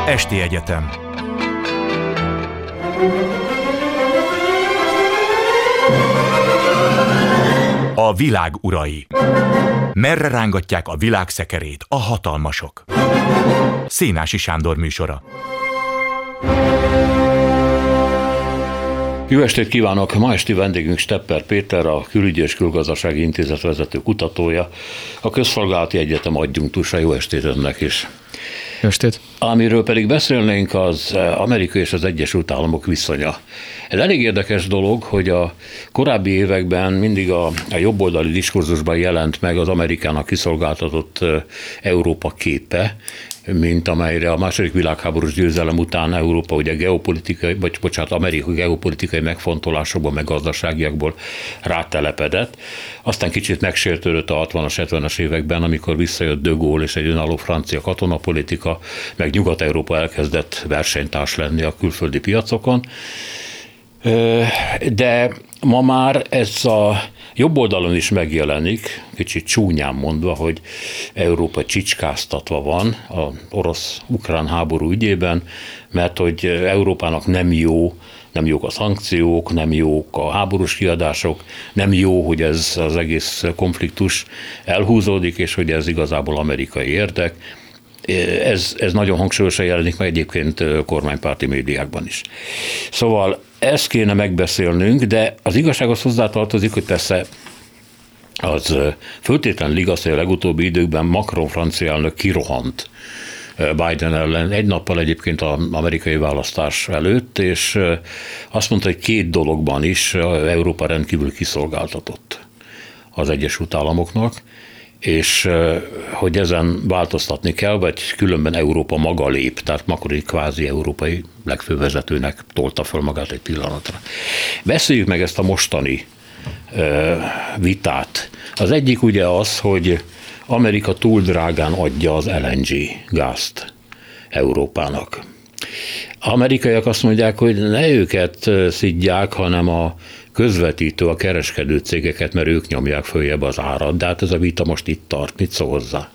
Esti Egyetem. A világ urai. Merre rángatják a világ szekerét a hatalmasok? Szénási Sándor műsora. Jó estét kívánok! Ma esti vendégünk Stepper Péter, a Külügyi és Külgazdasági Intézet vezető kutatója, a Közszolgálati Egyetem adjunktusa. Jó estét önnek is! Jó estét! Amiről pedig beszélnénk, az Amerika és az Egyesült Államok viszonya. Ez elég érdekes dolog, hogy a korábbi években mindig a jobboldali diskurzusban jelent meg az Amerikának kiszolgáltatott Európa képe, mint amelyre a második világháborús győzelem után Európa ugye Amerika geopolitikai megfontolásokból, meg gazdaságiakból rátelepedett. Aztán kicsit megsértődött a 60-as, 70-es években, amikor visszajött de Gaulle és egy önálló francia katonapolitika, meg Nyugat-Európa elkezdett versenytárs lenni a külföldi piacokon. De ma már ez a jobb oldalon is megjelenik, kicsit csúnyán mondva, hogy Európa csicskáztatva van az orosz-ukrán háború ügyében, mert hogy Európának nem jók a szankciók, nem jók a háborús kiadások, nem jó, hogy ez az egész konfliktus elhúzódik, és hogy ez igazából amerikai érdek. Ez nagyon hangsúlyosan jelenik meg egyébként kormánypárti médiákban is. Szóval ezt kéne megbeszélnünk, de az igazsághoz hozzátartozik, hogy persze az föltétlenül igaz, hogy a legutóbbi időkben Macron francia elnök kirohant Biden ellen, egy nappal egyébként az amerikai választás előtt, és azt mondta, hogy két dologban is Európa rendkívül kiszolgáltatott az Egyesült Államoknak, és hogy ezen változtatni kell, vagy különben Európa maga lép, tehát Macron egy kvázi európai legfőbb vezetőnek tolta föl magát egy pillanatra. Beszéljük meg ezt a mostani vitát. Az egyik ugye az, hogy Amerika túl drágán adja az LNG gázt Európának. Amerikaiak azt mondják, hogy ne őket szidják, hanem a közvetítő, a kereskedő cégeket, mert ők nyomják följebb az árat. De hát ez a vita most itt tart. Mit szól hozzá?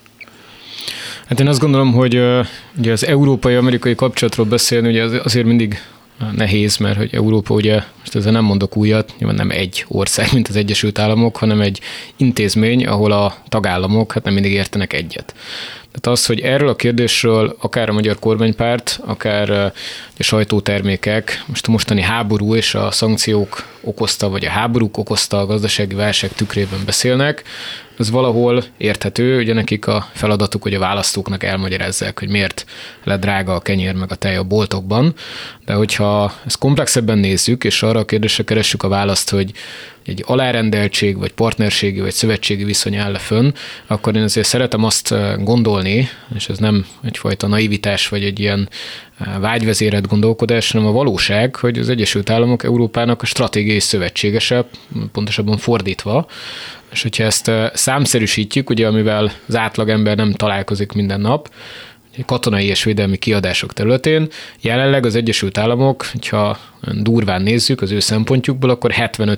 Hát én azt gondolom, hogy ugye az európai-amerikai kapcsolatról beszélni ugye azért mindig nehéz, mert hogy Európa ugye, most ezzel nem mondok újat, nyilván nem egy ország, mint az Egyesült Államok, hanem egy intézmény, ahol a tagállamok hát nem mindig értenek egyet. Tehát az, hogy erről a kérdésről akár a magyar kormánypárt, akár a sajtótermékek, most a mostani háború és a szankciók okozta, vagy a háborúk okozta a gazdasági válság tükrében beszélnek, az valahol érthető, ugye nekik a feladatuk, hogy a választóknak elmagyarázzák, hogy miért lett drága a kenyér meg a tej a boltokban, de hogyha ezt komplexebben nézzük, és arra a kérdésre keressük a választ, hogy egy alárendeltség, vagy partnerségi, vagy szövetségi viszony áll fönn, akkor én azért szeretem azt gondolni, és ez nem egyfajta naivitás, vagy egy ilyen vágyvezérelt gondolkodás, hanem a valóság, hogy az Egyesült Államok Európának a stratégiai szövetségese, pontosabban fordítva, és hogyha ezt számszerűsítjük, ugye, amivel az átlagember nem találkozik minden nap, katonai és védelmi kiadások területén, jelenleg az Egyesült Államok, hogyha durván nézzük az ő szempontjukból, akkor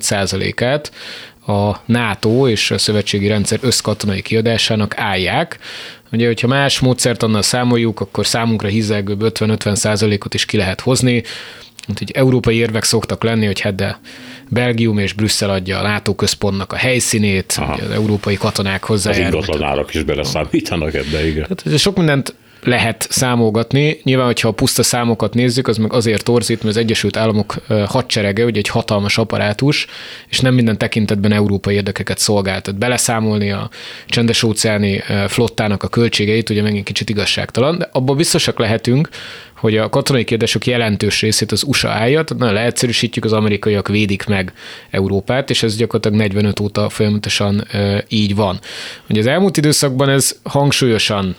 75%-át a NATO és a szövetségi rendszer összkatonai kiadásának állják. Ugye, hogyha más módszertannal számoljuk, akkor számunkra hízelgőbb 50-50%-ot is ki lehet hozni. Úgyhogy európai érvek szoktak lenni, hogy hát de Belgium és Brüsszel adja a NATO központnak a helyszínét, az európai katonák hozzájárultak. Az ingatlanárak is beleszámítanak ebbe, igen. Tehát sok mindent lehet számolgatni. Nyilván, hogyha a puszta számokat nézzük, az meg azért torzít, mert az Egyesült Államok hadserege, ugye egy hatalmas apparátus, és nem minden tekintetben európai érdekeket szolgál. Tehát beleszámolni a csendes-óceáni flottának a költségeit, ugye megint kicsit igazságtalan, de abban biztosak lehetünk, hogy a katonai kiadások jelentős részét az USA állja, tehát nagyon leegyszerűsítjük, az amerikaiak védik meg Európát, és ez gyakorlatilag 45 óta folyamatosan így van. Ugye az elmúlt időszakban ez hangsúlyosan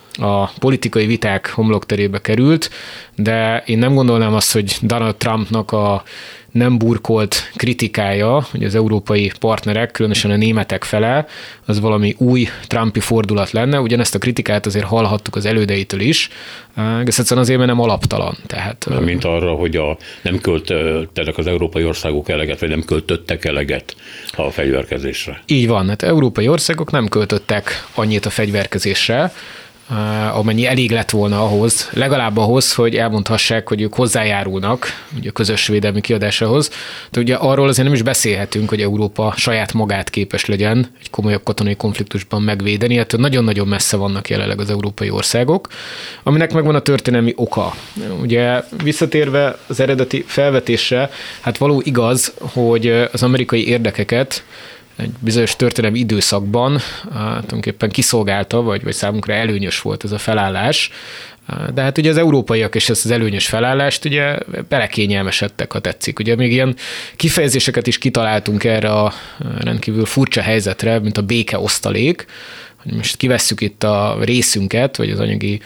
a politikai viták homlokterébe került, de én nem gondolnám azt, hogy Donald Trumpnak a nem burkolt kritikája, hogy az európai partnerek, különösen a németek fele, az valami új trumpi fordulat lenne. Ugyanezt a kritikát azért hallhattuk az elődeitől is, de egyszerűen azért, mert nem alaptalan. Tehát, mint arra, hogy nem költöttek az európai országok eleget, vagy nem költöttek eleget a fegyverkezésre. Így van, hát európai országok nem költöttek annyit a fegyverkezésre, amennyi elég lett volna ahhoz, legalább ahhoz, hogy elmondhassák, hogy ők hozzájárulnak ugye a közös védelmi kiadásához. De ugye arról azért nem is beszélhetünk, hogy Európa saját magát képes legyen egy komolyabb katonai konfliktusban megvédeni, ettől nagyon-nagyon messze vannak jelenleg az európai országok, aminek megvan a történelmi oka. Ugye visszatérve az eredeti felvetésre, hát való igaz, hogy az amerikai érdekeket egy bizonyos történelmi időszakban tulajdonképpen kiszolgálta, vagy számunkra előnyös volt ez a felállás, de hát ugye az európaiak és ezt az előnyös felállást ugye belekényelmesedtek, ha tetszik. Ugye még ilyen kifejezéseket is kitaláltunk erre a rendkívül furcsa helyzetre, mint a békeosztalék, hogy most kivesszük itt a részünket, vagy az anyagi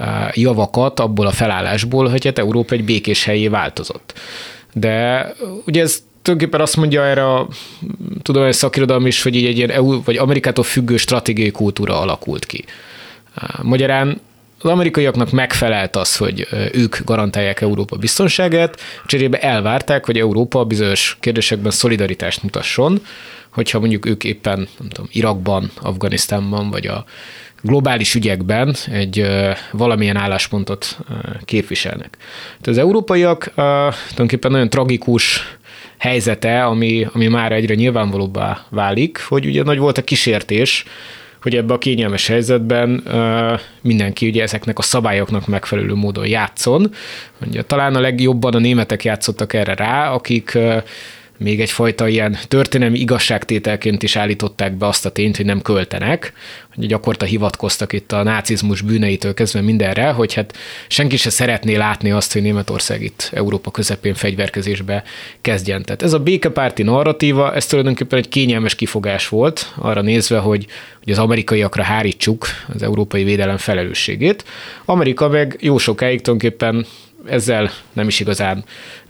javakat abból a felállásból, hogy hát Európa egy békés helyé változott. De ugye ez tulajdonképpen azt mondja erre a tudományos szakirodalom is, hogy így egy ilyen EU vagy Amerikától függő stratégiai kultúra alakult ki. Magyarán az amerikaiaknak megfelelt az, hogy ők garantálják Európa biztonságát, cserébe elvárták, hogy Európa bizonyos kérdésekben szolidaritást mutasson, hogyha mondjuk ők éppen, nem tudom, Irakban, Afganisztánban, vagy a globális ügyekben egy valamilyen álláspontot képviselnek. Tehát az európaiak tulajdonképpen nagyon tragikus helyzete, ami már egyre nyilvánvalóbbá válik, hogy ugye nagy volt a kísértés, hogy ebbe a kényelmes helyzetben mindenki ugye ezeknek a szabályoknak megfelelő módon játszon. Ugye, talán a legjobban a németek játszottak erre rá, akik még egyfajta ilyen történelmi igazságtételként is állították be azt a tényt, hogy nem költenek, hogy gyakorta hivatkoztak itt a nácizmus bűneitől kezdve mindenre, hogy hát senki se szeretné látni azt, hogy Németország itt Európa közepén fegyverkezésbe kezdjen. Tehát ez a békepárti narratíva, ez tulajdonképpen egy kényelmes kifogás volt, arra nézve, hogy az amerikaiakra hárítsuk az európai védelem felelősségét. Amerika meg jó sokáig tulajdonképpen ezzel nem is igazán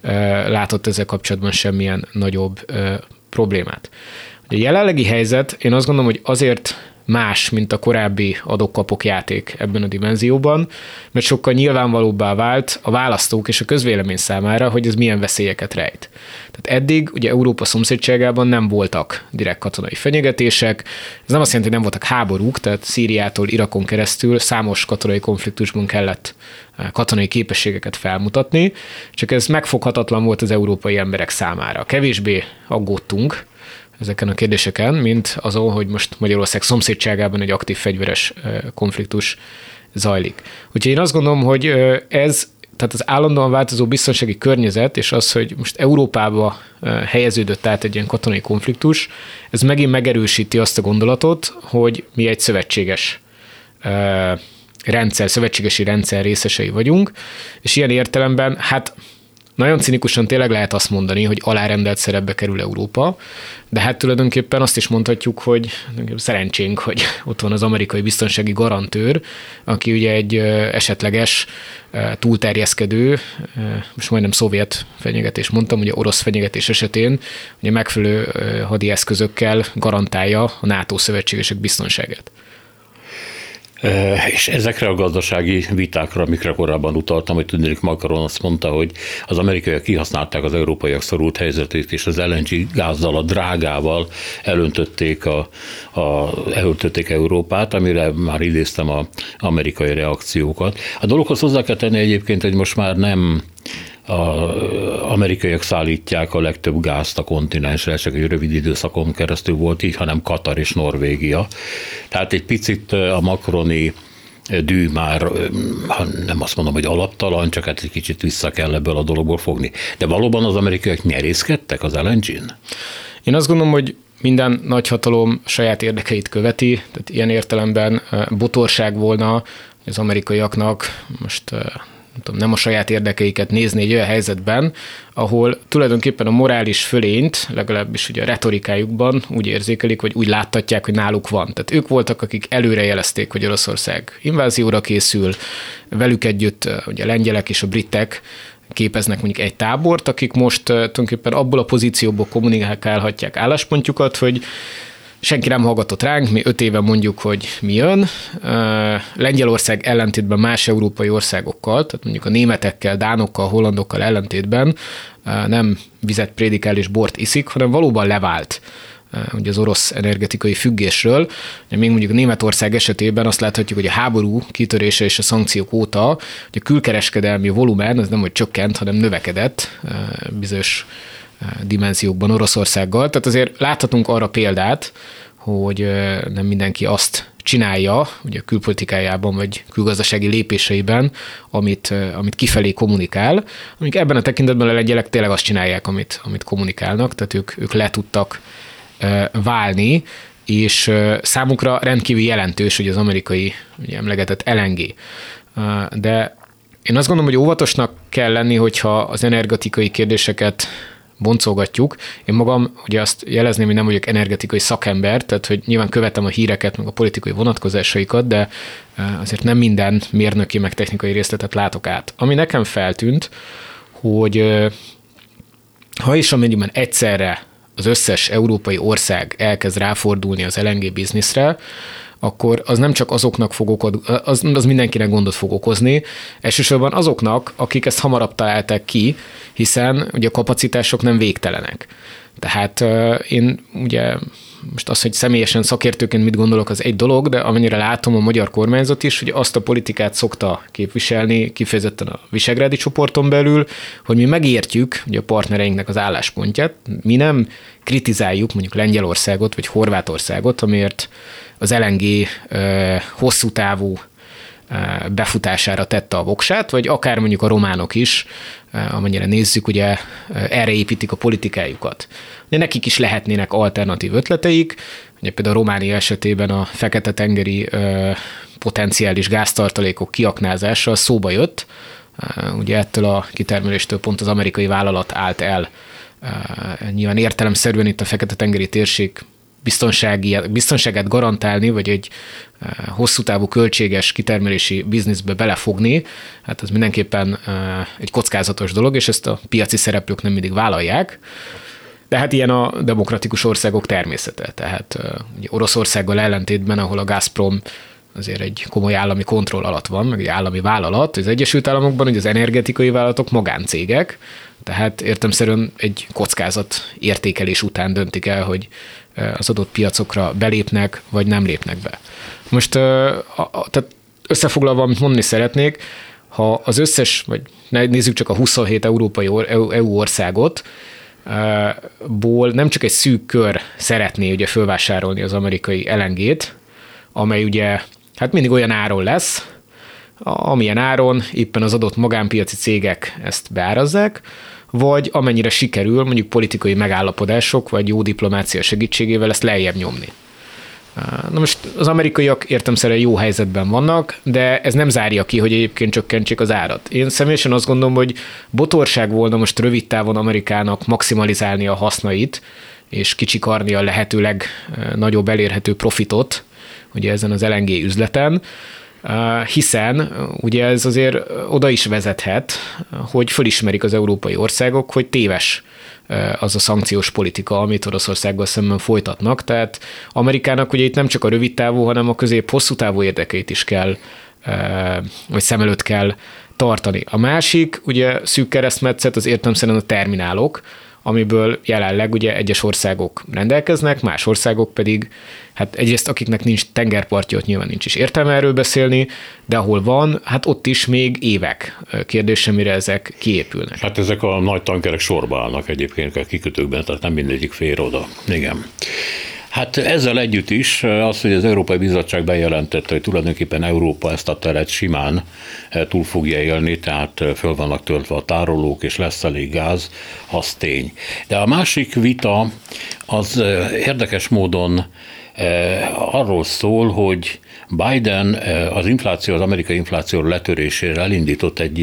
látott ezzel kapcsolatban semmilyen nagyobb problémát. A jelenlegi helyzet, én azt gondolom, hogy azért más, mint a korábbi adok-kapok játék ebben a dimenzióban, mert sokkal nyilvánvalóbbá vált a választók és a közvélemény számára, hogy ez milyen veszélyeket rejt. Tehát eddig ugye Európa szomszédságában nem voltak direkt katonai fenyegetések, ez nem azt jelenti, hogy nem voltak háborúk, tehát Szíriától Irakon keresztül számos katonai konfliktusban kellett katonai képességeket felmutatni, csak ez megfoghatatlan volt az európai emberek számára. Kevésbé aggódtunk ezeken a kérdéseken, mint azon, hogy most Magyarország szomszédságában egy aktív fegyveres konfliktus zajlik. Úgyhogy én azt gondolom, hogy tehát az állandóan változó biztonsági környezet, és az, hogy most Európába helyeződött át egy ilyen katonai konfliktus, ez megint megerősíti azt a gondolatot, hogy mi egy szövetséges szövetségesi rendszer részesei vagyunk, és ilyen értelemben, hát nagyon cinikusan tényleg lehet azt mondani, hogy alárendelt szerepbe kerül Európa, de hát tulajdonképpen azt is mondhatjuk, hogy szerencsénk, hogy ott van az amerikai biztonsági garantőr, aki ugye egy esetleges túlterjeszkedő, most majdnem szovjet fenyegetés mondtam, ugye orosz fenyegetés esetén ugye megfelelő hadi eszközökkel garantálja a NATO szövetségesek biztonságát. És ezekre a gazdasági vitákra, amikre korábban utaltam, hogy tudnék, Macron azt mondta, hogy az amerikaiak kihasználták az európaiak szorult helyzetét, és az LNG gázzal, a drágával elöntötték Európát, amire már idéztem az amerikai reakciókat. A dologhoz hozzá kell tenni egyébként, hogy most már nem az amerikaiak szállítják a legtöbb gázt a kontinensre, csak egy rövid időszakon keresztül volt így, hanem Katar és Norvégia. Tehát egy picit a macroni dű már, nem azt mondom, hogy alaptalan, csak hát egy kicsit vissza kell ebből a dologból fogni. De valóban az amerikaiak nyerészkedtek az LNG-n? Én azt gondolom, hogy minden nagyhatalom saját érdekeit követi, tehát ilyen értelemben botorság volna az amerikaiaknak most nem a saját érdekeiket nézni egy olyan helyzetben, ahol tulajdonképpen a morális fölényt, legalábbis ugye a retorikájukban úgy érzékelik, vagy úgy láttatják, hogy náluk van. Tehát ők voltak, akik előre jelezték, hogy Oroszország invázióra készül, velük együtt ugye a lengyelek és a britek képeznek mondjuk egy tábort, akik most tulajdonképpen abból a pozícióból kommunikálhatják álláspontjukat, hogy senki nem hallgatott ránk, mi 5 éve mondjuk, hogy mi jön. Lengyelország ellentétben más európai országokkal, tehát mondjuk a németekkel, dánokkal, hollandokkal ellentétben nem vizet prédikál és bort iszik, hanem valóban levált ugye az orosz energetikai függésről. Ugye még mondjuk Németország esetében azt láthatjuk, hogy a háború kitörése és a szankciók óta hogy a külkereskedelmi volumen az nem hogy csökkent, hanem növekedett bizonyos dimenziókban Oroszországgal. Tehát azért láthatunk arra példát, hogy nem mindenki azt csinálja, ugye a külpolitikájában vagy külgazdasági lépéseiben, amit kifelé kommunikál, amik ebben a tekintetben a lengyelek tényleg azt csinálják, amit kommunikálnak, tehát ők le tudtak válni, és számukra rendkívül jelentős, hogy az amerikai ugye emlegetett LNG. De én azt gondolom, hogy óvatosnak kell lenni, hogyha az energetikai kérdéseket boncolgatjuk. Én magam ugye azt jelezném, hogy nem vagyok energetikai szakember, tehát hogy nyilván követem a híreket, meg a politikai vonatkozásaikat, de azért nem minden mérnöki, meg technikai részletet látok át. Ami nekem feltűnt, hogy ha is amennyiben egyszerre az összes európai ország elkezd ráfordulni az LNG bizniszre, akkor az nem csak azoknak az mindenkinek gondot fog okozni, elsősorban azoknak, akik ezt hamarabb találták ki, hiszen ugye a kapacitások nem végtelenek. Tehát én ugye most az, hogy személyesen szakértőként mit gondolok, az egy dolog, de amennyire látom a magyar kormányzat is, hogy azt a politikát szokta képviselni, kifejezetten a Visegrádi csoporton belül, hogy mi megértjük ugye a partnereinknek az álláspontját, mi nem kritizáljuk mondjuk Lengyelországot vagy Horvátországot, amiért az LNG hosszú távú befutására tette a voksát, vagy akár mondjuk a románok is, amennyire nézzük, ugye erre építik a politikájukat. De nekik is lehetnének alternatív ötleteik, ugye például a Románia esetében a Fekete-tengeri potenciális gáztartalékok kiaknázása szóba jött, ugye ettől a kitermeléstől pont az amerikai vállalat állt el. Nyilván értelemszerűen itt a Fekete-tengeri térség biztonságát garantálni, vagy egy hosszú távú költséges kitermelési bizniszbe belefogni, hát ez mindenképpen egy kockázatos dolog, és ezt a piaci szereplők nem mindig vállalják. De hát ilyen a demokratikus országok természete. Tehát ugye Oroszországgal ellentétben, ahol a Gazprom azért egy komoly állami kontroll alatt van, meg egy állami vállalat, az Egyesült Államokban ugye az energetikai vállalatok magáncégek, tehát értelemszerűen egy kockázat értékelés után döntik el, hogy az adott piacokra belépnek, vagy nem lépnek be. Most tehát összefoglalva, amit mondani szeretnék, ha az összes, vagy nézzük csak a 27 európai EU országot, ból nem csak egy szűk kör szeretné ugye fölvásárolni az amerikai LNG-t, amely ugye hát mindig olyan áron lesz, amilyen áron éppen az adott magánpiaci cégek ezt beárazzák, vagy amennyire sikerül mondjuk politikai megállapodások, vagy jó diplomácia segítségével ezt lejjebb nyomni. Na most az amerikaiak értelemszerűen jó helyzetben vannak, de ez nem zárja ki, hogy egyébként csökkentsék az árat. Én személyesen azt gondolom, hogy botorság volna most rövid távon Amerikának maximalizálni a hasznait, és kicsikarni a lehető legnagyobb elérhető profitot ugye ezen az LNG üzleten, hiszen ugye ez azért oda is vezethet, hogy fölismerik az európai országok, hogy téves az a szankciós politika, amit Oroszországgal szemben folytatnak. Tehát Amerikának ugye itt nem csak a rövid távú, hanem a közép-hosszú távú érdekeit is kell, vagy szem előtt kell tartani. A másik, ugye szűk keresztmetszet az értelemszerűen a terminálok, amiből jelenleg ugye egyes országok rendelkeznek, más országok pedig, hát egyrészt akiknek nincs tengerpartja, ott nyilván nincs is értelme erről beszélni, de ahol van, hát ott is még évek kérdése, mire ezek kiépülnek. Hát ezek a nagy tankerek sorba állnak egyébként a kikötőkben, tehát nem mindegyik fér oda. Igen. Hát ezzel együtt is az, hogy az Európai Bizottság bejelentette, hogy tulajdonképpen Európa ezt a teret simán túl fogja élni, tehát föl vannak töltve a tárolók, és lesz elég gáz, az tény. De a másik vita az érdekes módon arról szól, hogy Biden az amerikai infláció letörésére elindított egy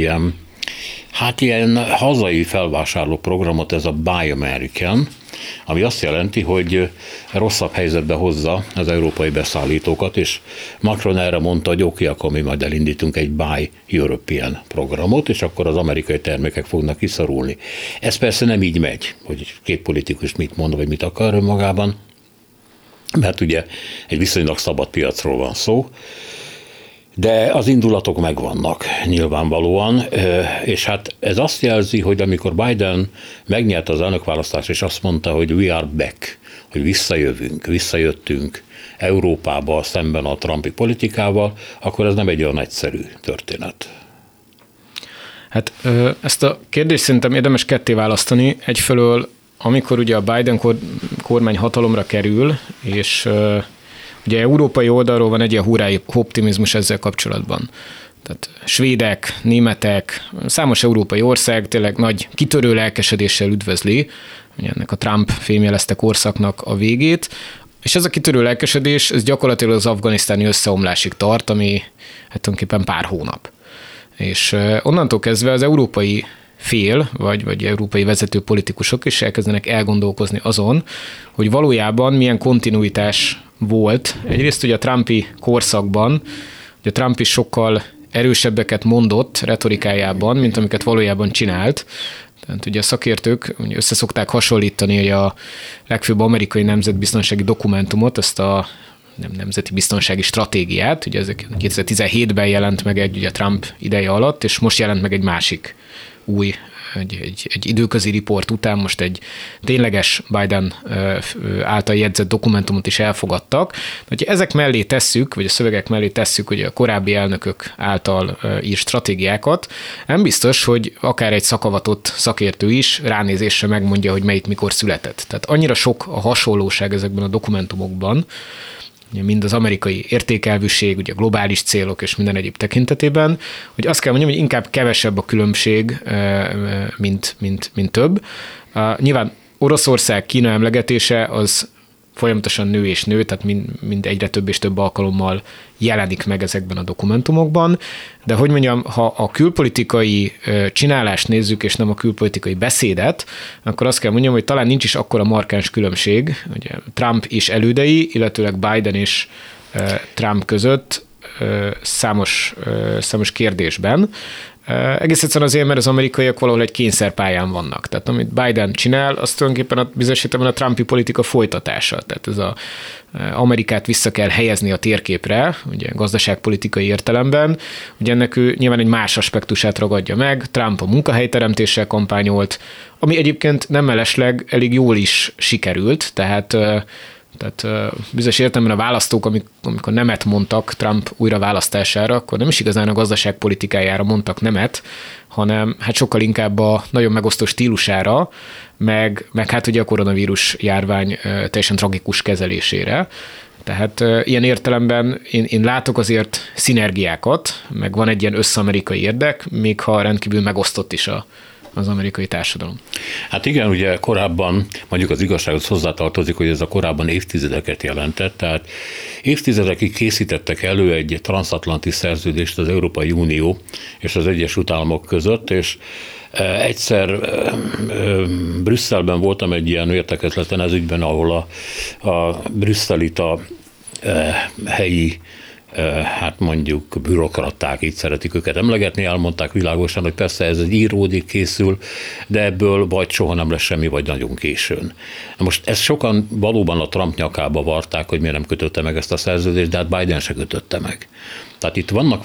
ilyen hazai felvásárló programot, ez a Buy American, ami azt jelenti, hogy rosszabb helyzetbe hozza az európai beszállítókat, és Macron erre mondta, hogy oké, akkor mi majd elindítunk egy Buy European programot, és akkor az amerikai termékek fognak kiszorulni. Ez persze nem így megy, hogy két politikus mit mond, vagy mit akar önmagában, mert ugye egy viszonylag szabad piacról van szó, de az indulatok megvannak nyilvánvalóan, és hát ez azt jelzi, hogy amikor Biden megnyerte az elnökválasztást, és azt mondta, hogy we are back, hogy visszajöttünk Európába szemben a trumpi politikával, akkor ez nem egy olyan egyszerű történet. Hát ezt a kérdést szerintem érdemes ketté választani. Egyfelől, amikor ugye a Biden kormány hatalomra kerül, és ugye európai oldalról van egy ilyen hurrái optimizmus ezzel kapcsolatban. Tehát svédek, németek, számos európai ország tényleg nagy kitörő lelkesedéssel üdvözli ugye ennek a Trump fémjelezte korszaknak a végét, és ez a kitörő lelkesedés ez gyakorlatilag az afganisztáni összeomlásig tart, ami hát tulajdonképpen pár hónap. És onnantól kezdve az európai fél, vagy európai vezető politikusok is elkezdenek elgondolkozni azon, hogy valójában milyen kontinuitás volt. Egyrészt ugye a Trumpi korszakban, ugye Trump is sokkal erősebbeket mondott retorikájában, mint amiket valójában csinált. Tehát ugye a szakértők összeszokták hasonlítani, hogy a legfőbb amerikai nemzetbiztonsági dokumentumot, ezt a nemzeti biztonsági stratégiát, ugye ez 2017-ben jelent meg egy Trump ideje alatt, és most jelent meg egy másik új, egy időközi riport után most egy tényleges Biden által jegyzett dokumentumot is elfogadtak. Hogyha ezek mellé tesszük, vagy a szövegek mellé tesszük, hogy a korábbi elnökök által írt stratégiákat, nem biztos, hogy akár egy szakavatott szakértő is ránézésre megmondja, hogy melyik mikor született. Tehát annyira sok a hasonlóság ezekben a dokumentumokban, mind az amerikai értékelvűség, ugye globális célok és minden egyéb tekintetében, hogy azt kell mondjam, hogy inkább kevesebb a különbség, mint több. Nyilván Oroszország, Kína emlegetése az folyamatosan nő és nő, tehát mind egyre több és több alkalommal jelenik meg ezekben a dokumentumokban, de hogy mondjam, ha a külpolitikai csinálást nézzük, és nem a külpolitikai beszédet, akkor azt kell mondjam, hogy talán nincs is akkora markáns különbség, ugye Trump és elődei, illetőleg Biden és Trump között számos kérdésben. Egész egyszerűen azért, mert az amerikaiak valahol egy kényszerpályán vannak. Tehát amit Biden csinál, az tulajdonképpen bizonyos értelemben a Trumpi politika folytatása. Tehát ez Amerikát vissza kell helyezni a térképre, ugye gazdaságpolitikai értelemben. Ugye ennek ő nyilván egy más aspektusát ragadja meg. Trump a munkahelyteremtéssel kampányolt, ami egyébként nem mellesleg elég jól is sikerült, tehát bizonyos értelemben a választók, amikor nemet mondtak Trump újraválasztására, akkor nem is igazán a gazdaságpolitikájára mondtak nemet, hanem hát sokkal inkább a nagyon megosztó stílusára, meg hát ugye a koronavírus járvány teljesen tragikus kezelésére. Tehát ilyen értelemben én látok azért szinergiákat, meg van egy ilyen összamerikai érdek, még ha rendkívül megosztott is az amerikai társadalom. Hát igen, ugye korábban, mondjuk az igazsághoz hozzátartozik, hogy ez a korábban évtizedeket jelentett, tehát évtizedekig készítettek elő egy transatlanti szerződést az Európai Unió és az Egyesült Államok között, és egyszer Brüsszelben voltam egy ilyen értekezleten ez ügyben, ahol a brüsszelita helyi hát mondjuk bürokraták, így szeretik őket emlegetni, elmondták világosan, hogy persze ez egy íródik, készül, de ebből vagy soha nem lesz semmi, vagy nagyon későn. Most ezt sokan valóban a Trump nyakába varták, hogy miért nem kötötte meg ezt a szerződést, de hát Biden se kötötte meg. Tehát itt vannak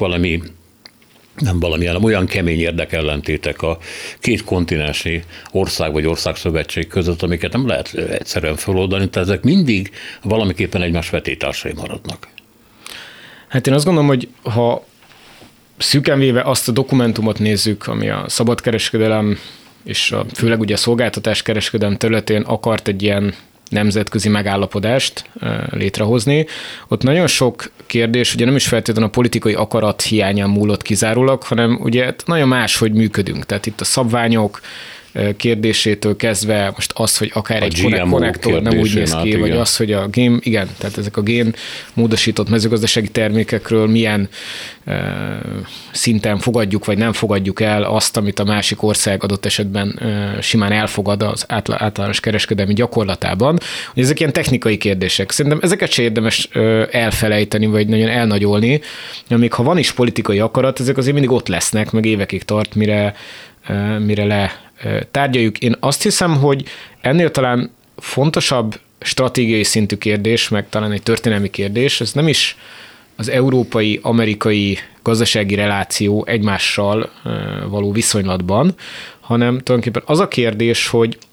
hanem olyan kemény érdekellentétek a két kontinensi ország vagy országszövetség között, amiket nem lehet egyszerűen feloldani, tehát ezek mindig valamiképpen egymás vetétársai maradnak. Hát én azt gondolom, hogy ha szűken véve azt a dokumentumot nézzük, ami a szabadkereskedelem és főleg ugye a szolgáltatáskereskedelem területén akart egy ilyen nemzetközi megállapodást létrehozni, ott nagyon sok kérdés ugye nem is feltétlenül a politikai akarat hiányán múlott kizárólag, hanem ugye nagyon máshogy működünk. Tehát itt a szabványok kérdésétől kezdve most az, hogy akár egy konnektor nem úgy néz ki, vagy az, hogy tehát ezek a gén módosított mezőgazdasági termékekről milyen szinten fogadjuk, vagy nem fogadjuk el azt, amit a másik ország adott esetben simán elfogad az általános kereskedelmi gyakorlatában. Hogy ezek ilyen technikai kérdések. Szerintem ezeket se érdemes elfelejteni, vagy nagyon elnagyolni, amíg ha van is politikai akarat, ezek azért mindig ott lesznek, meg évekig tart, mire tárgyaljuk. Én azt hiszem, hogy ennél talán fontosabb stratégiai szintű kérdés, meg talán egy történelmi kérdés, ez nem is az európai-amerikai gazdasági reláció egymással való viszonylatban, hanem tulajdonképpen az a kérdés, hogy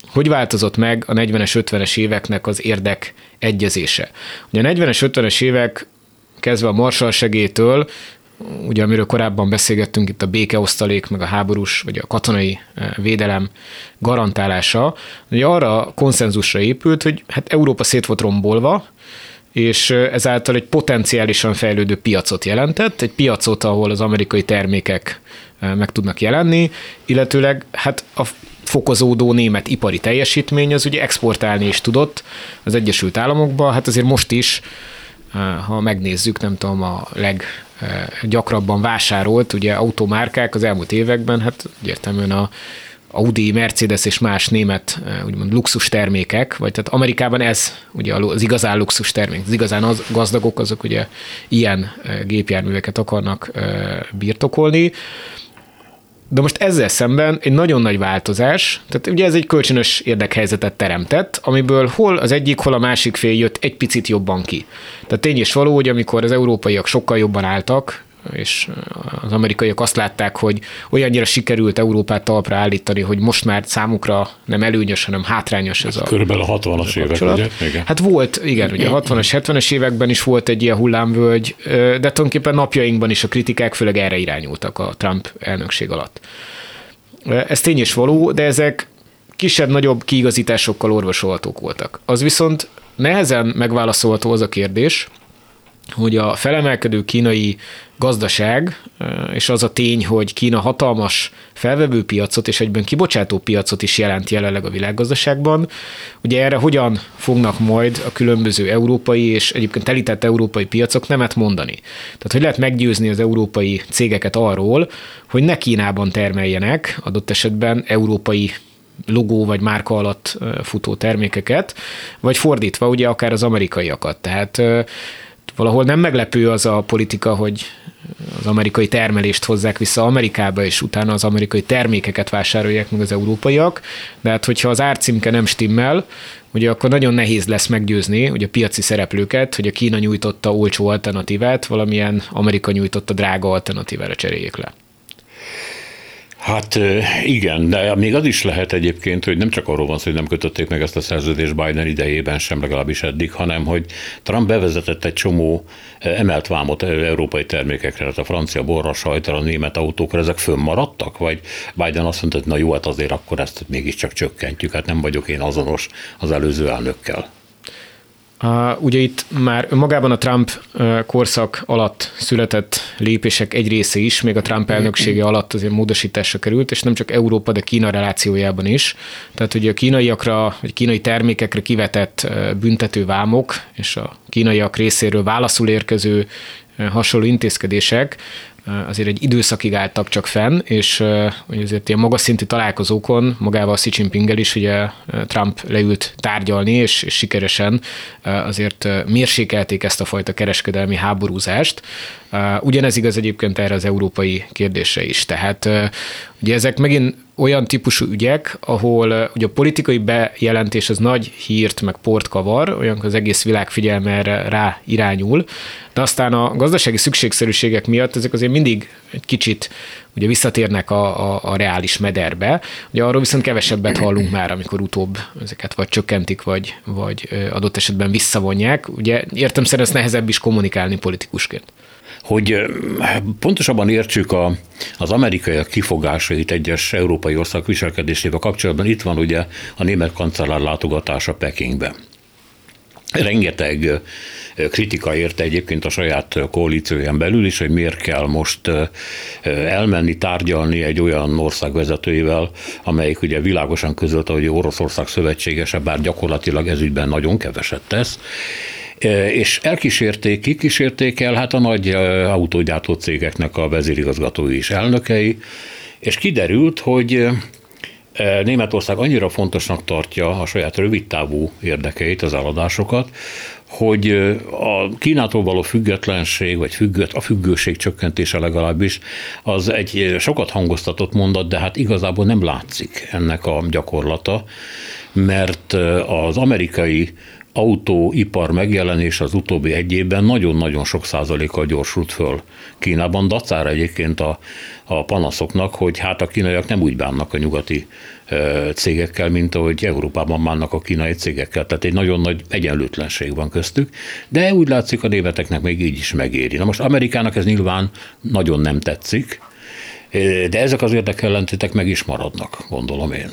hogy változott meg a 40-es, 50-es éveknek az érdek egyezése. Ugye a 40-es, 50-es évek kezdve a Marshall segélytől, ugye amiről korábban beszélgettünk, itt a békeosztalék, meg a háborús, vagy a katonai védelem garantálása, ugye arra konszenzusra épült, hogy hát Európa szét volt rombolva, és ezáltal egy potenciálisan fejlődő piacot jelentett, egy piacot, ahol az amerikai termékek meg tudnak jelenni, illetőleg hát a fokozódó német ipari teljesítmény az ugye exportálni is tudott az Egyesült Államokba, hát azért most is, ha megnézzük, nem tudom, a leggyakrabban vásárolt ugye automárkák az elmúlt években, hát egyértelműen a Audi, Mercedes és más német úgymond luxus termékek, vagy tehát Amerikában ez ugye az igazán luxus termék, az igazán az gazdagok, azok ugye ilyen gépjárműveket akarnak birtokolni. De most ezzel szemben egy nagyon nagy változás, tehát ugye ez egy kölcsönös érdekhelyzetet teremtett, amiből hol az egyik, hol a másik fél jött egy picit jobban ki. Tehát tény és való, hogy amikor az európaiak sokkal jobban álltak, és az amerikaiak azt látták, hogy olyannyira sikerült Európát talpra állítani, hogy most már számukra nem előnyös, hanem hátrányos ez a körülbelül a 60-as évek, ugye? Igen. Hát volt, igen, ugye a 60-as, 70-es években is volt egy ilyen hullámvölgy, de tulajdonképpen napjainkban is a kritikák főleg erre irányultak a Trump elnökség alatt. Ez tény és való, de ezek kisebb-nagyobb kiigazításokkal orvosolhatók voltak. Az viszont nehezen megválaszolható az a kérdés, hogy a felemelkedő kínai gazdaság, és az a tény, hogy Kína hatalmas felvevő piacot és egyben kibocsátó piacot is jelent jelenleg a világgazdaságban, ugye erre hogyan fognak majd a különböző európai és egyébként telített európai piacok nemet mondani. Tehát hogy lehet meggyőzni az európai cégeket arról, hogy ne Kínában termeljenek, adott esetben európai logó vagy márka alatt futó termékeket, vagy fordítva ugye akár az amerikaiakat. Tehát valahol nem meglepő az a politika, hogy az amerikai termelést hozzák vissza Amerikába, és utána az amerikai termékeket vásárolják meg az európaiak, de hát hogyha az árcímke nem stimmel, ugye akkor nagyon nehéz lesz meggyőzni hogy a piaci szereplőket, hogy a Kína nyújtotta olcsó alternatívát valamilyen Amerika nyújtotta drága alternatívára cseréljék le. Hát igen, de még az is lehet egyébként, hogy nem csak arról van szó, hogy nem kötötték meg ezt a szerződést Biden idejében sem, legalábbis eddig, hanem hogy Trump bevezetett egy csomó emelt vámot európai termékekre, tehát a francia borra, sajtra, a német autókra, ezek fönnmaradtak? Vagy Biden azt mondta, hogy na jó, hát azért akkor ezt mégiscsak csökkentjük, hát nem vagyok én azonos az előző elnökkel. Ugye itt már magában a Trump korszak alatt született lépések egy része is, még a Trump elnöksége alatt azért módosításra került, és nem csak Európa, de Kína relációjában is. Tehát ugye a kínaiakra, vagy kínai termékekre kivetett büntetővámok, és a kínaiak részéről válaszul érkező hasonló intézkedések azért egy időszakig álltak csak fenn, és azért ilyen magas szintű találkozókon magával Xi Jinpinggel is ugye Trump leült tárgyalni, és sikeresen azért mérsékelték ezt a fajta kereskedelmi háborúzást. Ugyanez igaz egyébként erre az európai kérdésre is. Tehát ugye ezek megint olyan típusú ügyek, ahol ugye a politikai bejelentés az nagy hírt meg port kavar, olyan az egész világ figyelme erre rá irányul, de aztán a gazdasági szükségszerűségek miatt ezek azért mindig egy kicsit ugye visszatérnek a reális mederbe. Ugye arról viszont kevesebbet hallunk már, amikor utóbb ezeket vagy csökkentik, vagy adott esetben visszavonják. Ugye értelemszerűen ezt nehezebb is kommunikálni politikusként. Hogy pontosabban értsük az amerikaiak kifogásait egyes európai országok viselkedésével kapcsolatban, itt van ugye a német kancellár látogatása Pekingbe. Rengeteg kritika érte egyébként a saját koalícióján belül is, hogy miért kell most elmenni, tárgyalni egy olyan ország vezetőivel, amelyik ugye világosan közölte, hogy Oroszország szövetségese, bár gyakorlatilag ez ügyben nagyon keveset tesz. És kikísérték el hát a nagy autógyártó cégeknek a vezérigazgatói és elnökei, és kiderült, hogy Németország annyira fontosnak tartja a saját rövidtávú érdekeit, az eladásokat, hogy a Kínától való függetlenség, vagy a függőség csökkentése legalábbis, az egy sokat hangoztatott mondat, de hát igazából nem látszik ennek a gyakorlata, mert az amerikai autóipar megjelenése az utóbbi egy évben nagyon-nagyon sok százalékkal gyorsult föl Kínában, dacára egyébként a panaszoknak, hogy hát a kínaiak nem úgy bánnak a nyugati cégekkel, mint ahogy Európában bánnak a kínai cégekkel. Tehát egy nagyon nagy egyenlőtlenség van köztük, de úgy látszik, a németeknek még így is megéri. Na most Amerikának ez nyilván nagyon nem tetszik, de ezek az érdekellentétek meg is maradnak, gondolom én.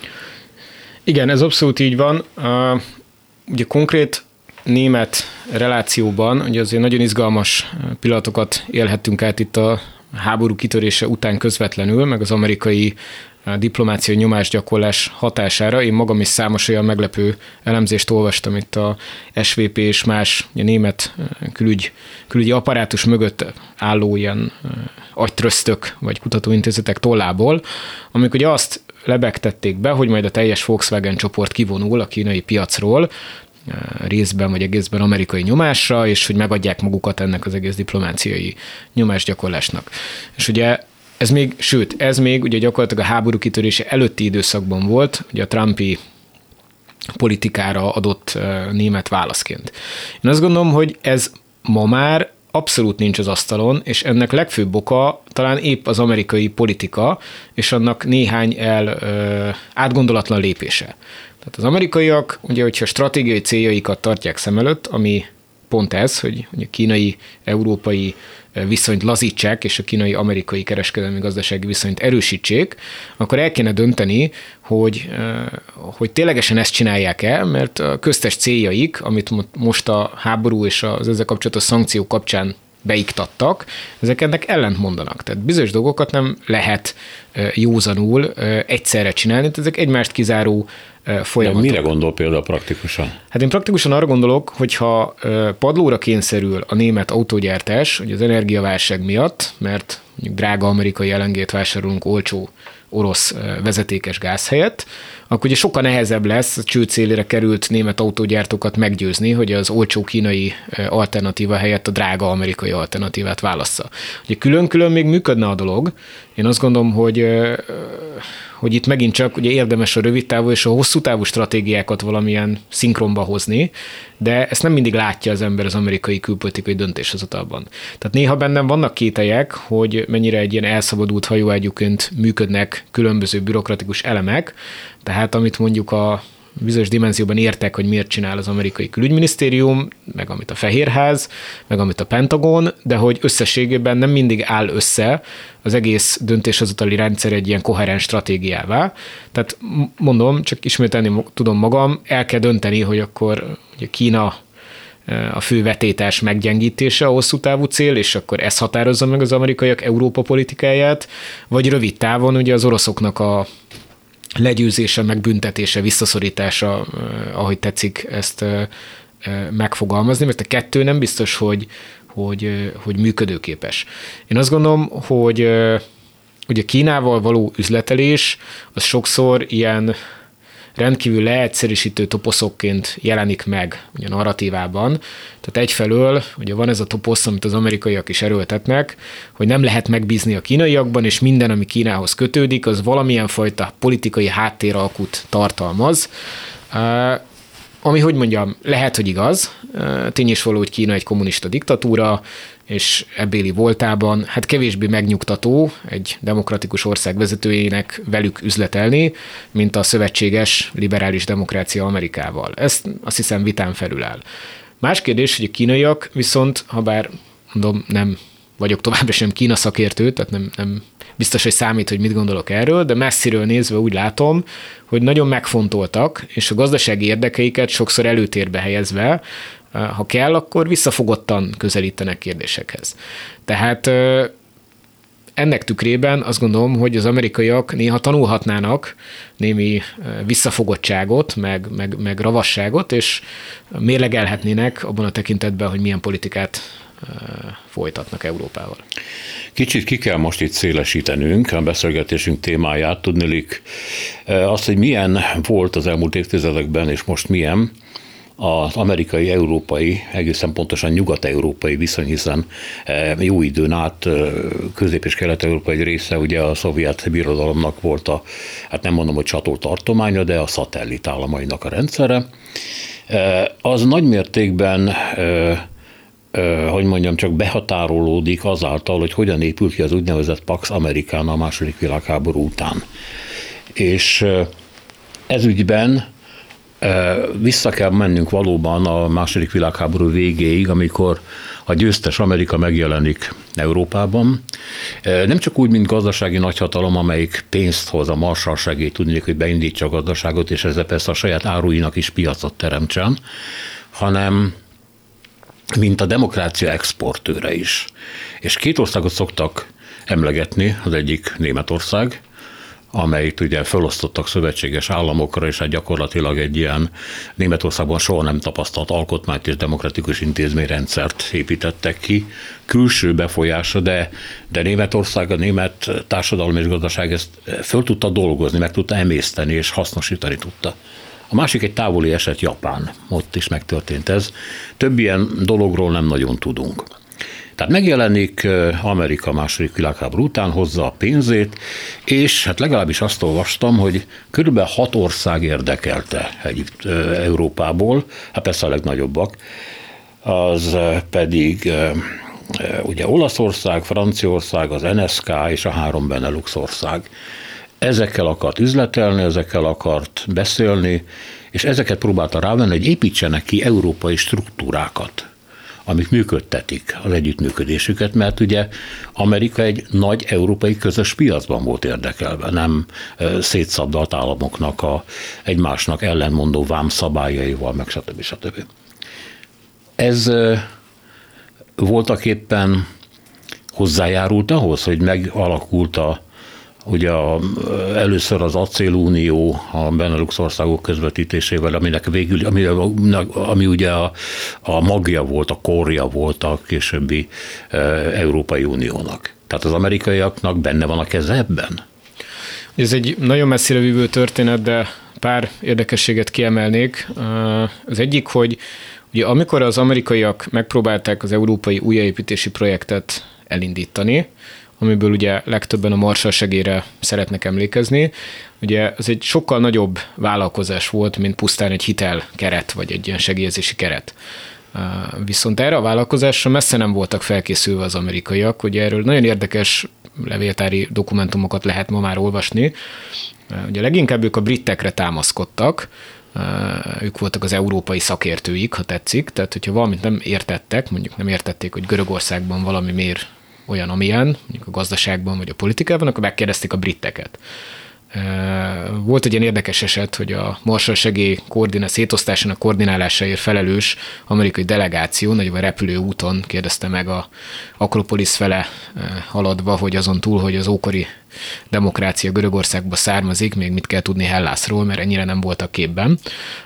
Igen, ez abszolút így van. Ugye konkrét német relációban, ugye azért nagyon izgalmas pillanatokat élhettünk át itt a háború kitörése után közvetlenül, meg az amerikai diplomáciai nyomásgyakorlás hatására. Én magam is számos olyan meglepő elemzést olvastam itt a SVP és más német külügyi apparátus mögött álló ilyen agytröztök vagy kutatóintézetek tollából, amik ugye azt lebegtették be, hogy majd a teljes Volkswagen csoport kivonul a kínai piacról, részben vagy egészben amerikai nyomásra, és hogy megadják magukat ennek az egész diplomáciai nyomásgyakorlásnak. És ugye ez még ugye gyakorlatilag a háború kitörése előtti időszakban volt, ugye a Trumpi politikára adott német válaszként. Én azt gondolom, hogy ez ma már abszolút nincs az asztalon, és ennek legfőbb oka talán épp az amerikai politika, és annak néhány átgondolatlan lépése. Tehát az amerikaiak, ugye, hogyha stratégiai céljaikat tartják szem előtt, ami pont ez, hogy a kínai-európai viszonyt lazítsák, és a kínai-amerikai kereskedelmi gazdasági viszonyt erősítsék, akkor el kéne dönteni, hogy ténylegesen ezt csinálják-e, mert a köztes céljaik, amit most a háború és az ezzel kapcsolatos szankciók kapcsán beiktattak, ezek ennek ellent mondanak. Tehát bizonyos dolgokat nem lehet józanul egyszerre csinálni, tehát ezek egymást kizáró folyamatok. De mire gondol például praktikusan? Hát én praktikusan arra gondolok, hogyha padlóra kényszerül a német autógyártás, hogy az energiaválság miatt, mert drága amerikai LNG-t vásárolunk olcsó orosz vezetékes gáz helyett, akkor ugye sokkal nehezebb lesz a csőd szélére került német autógyártókat meggyőzni, hogy az olcsó kínai alternatíva helyett a drága amerikai alternatívát válassza. Ugye külön-külön még működne a dolog. Én azt gondolom, hogy itt megint csak ugye érdemes a rövid távú és a hosszú távú stratégiákat valamilyen szinkronba hozni, de ezt nem mindig látja az ember az amerikai külpolitikai döntéshozatalban. Tehát néha bennem vannak kételyek, hogy mennyire egy ilyen elszabadult hajóágyúként működnek különböző bürokratikus elemek, tehát amit mondjuk a bizonyos dimenzióban értek, hogy miért csinál az amerikai külügyminisztérium, meg amit a Fehérház, meg amit a Pentagon, de hogy összességében nem mindig áll össze az egész döntéshozatali rendszer egy ilyen koherens stratégiává. Tehát mondom, csak ismételni tudom magam, el kell dönteni, hogy akkor ugye Kína a fő vetétás meggyengítése a hosszú távú cél, és akkor ez határozza meg az amerikaiak Európa politikáját, vagy rövid távon ugye az oroszoknak a legyőzése, megbüntetése, visszaszorítása, ahogy tetszik ezt megfogalmazni, mert a kettő nem biztos, hogy működőképes. Én azt gondolom, hogy ugye Kínával való üzletelés az sokszor ilyen rendkívül leegyszerűsítő toposzokként jelenik meg ugye a narratívában. Tehát egyfelől ugye van ez a toposz, amit az amerikaiak is erőltetnek, hogy nem lehet megbízni a kínaiakban, és minden, ami Kínához kötődik, az valamilyen fajta politikai háttéralkut tartalmaz. Ami, hogy mondjam, lehet, hogy igaz. Tény is való, hogy Kína egy kommunista diktatúra, és ebbéli voltában hát kevésbé megnyugtató egy demokratikus ország vezetőjének velük üzletelni, mint a szövetséges liberális demokrácia Amerikával. Ezt azt hiszem vitán felül áll. Más kérdés, hogy a kínaiak viszont, habár mondom, nem vagyok továbbra sem Kína szakértő, tehát nem biztos, hogy számít, hogy mit gondolok erről, de messziről nézve úgy látom, hogy nagyon megfontoltak, és a gazdasági érdekeiket sokszor előtérbe helyezve, ha kell, akkor visszafogottan közelítenek kérdésekhez. Tehát ennek tükrében azt gondolom, hogy az amerikaiak néha tanulhatnának némi visszafogottságot, meg ravasságot, és mérlegelhetnének abban a tekintetben, hogy milyen politikát folytatnak Európával. Kicsit ki kell most itt szélesítenünk a beszélgetésünk témáját, tudniillik azt, hogy milyen volt az elmúlt évtizedekben, és most milyen az amerikai-európai, egészen pontosan nyugat-európai viszony, hiszen jó időn át Közép- és Kelet-Európa egy része ugye a szovjet birodalomnak volt hát nem mondom, hogy csató tartománya, de a szatellit államainak a rendszere. az nagymértékben hogy mondjam, csak behatárolódik azáltal, hogy hogyan épül ki az úgynevezett Pax Americana a II. Világháború után. És ez ügyben vissza kell mennünk valóban a II. Világháború végéig, amikor a győztes Amerika megjelenik Európában. Nem csak úgy, mint gazdasági nagyhatalom, amelyik pénzt hoz, a Marshall segély, tudni, hogy beindítsa a gazdaságot, és ezzel persze a saját áruinak is piacot teremtsen, hanem mint a demokrácia exportőre is. És két országot szoktak emlegetni, az egyik Németország, amelyet ugye felosztottak szövetséges államokra, és hát gyakorlatilag egy ilyen Németországban soha nem tapasztalt alkotmányt és demokratikus intézményrendszert építettek ki. Külső befolyása, de Németország, a német társadalom és gazdaság ezt föl tudta dolgozni, meg tudta emészteni és hasznosítani tudta. A másik egy távoli eset Japán, ott is megtörtént ez. Több ilyen dologról nem nagyon tudunk. Tehát megjelenik Amerika II. Világháború után, hozza a pénzét, és hát legalábbis azt olvastam, hogy körülbelül 6 ország érdekelte Európából, hát persze a legnagyobbak, az pedig ugye Olaszország, Franciaország, az NSK és a 3 Benelux ország. Ezekkel akart üzletelni, ezekkel akart beszélni, és ezeket próbálta rávenni, hogy építsenek ki európai struktúrákat, amik működtetik az együttműködésüket, mert ugye Amerika egy nagy európai közös piacban volt érdekelve, nem szétszabdalt államoknak egymásnak ellenmondó vámszabályaival, meg stb. Ez voltaképpen hozzájárult ahhoz, hogy megalakult ugye először az Acélunió a Benelux országok közvetítésével, aminek végül, ami ugye a magja volt, a korja volt a későbbi Európai Uniónak. Tehát az amerikaiaknak benne van a keze ebben? Ez egy nagyon messzire vívő történet, de pár érdekességet kiemelnék. Az egyik, hogy ugye amikor az amerikaiak megpróbálták az európai újjáépítési projektet elindítani, amiből ugye legtöbben a Marshall segélyre szeretnek emlékezni. Ugye ez egy sokkal nagyobb vállalkozás volt, mint pusztán egy hitelkeret, vagy egy ilyen segélyezési keret. Viszont erre a vállalkozásra messze nem voltak felkészülve az amerikaiak, ugye erről nagyon érdekes levéltári dokumentumokat lehet ma már olvasni. Ugye leginkább ők a britekre támaszkodtak, ők voltak az európai szakértőik, ha tetszik, tehát hogyha valamit nem értettek, mondjuk nem értették, hogy Görögországban valami miért olyan, amilyen, mondjuk a gazdaságban vagy a politikában, akkor megkérdezték a briteket. Volt egy ilyen érdekes eset, hogy a Marshall segély szétosztásának koordinálásáért felelős amerikai delegáció, nagyobb a repülőúton kérdezte meg a Akropolisz fele haladva, hogy azon túl, hogy az ókori demokrácia Görögországba származik, még mit kell tudni Hellászról, mert ennyire nem voltak képben.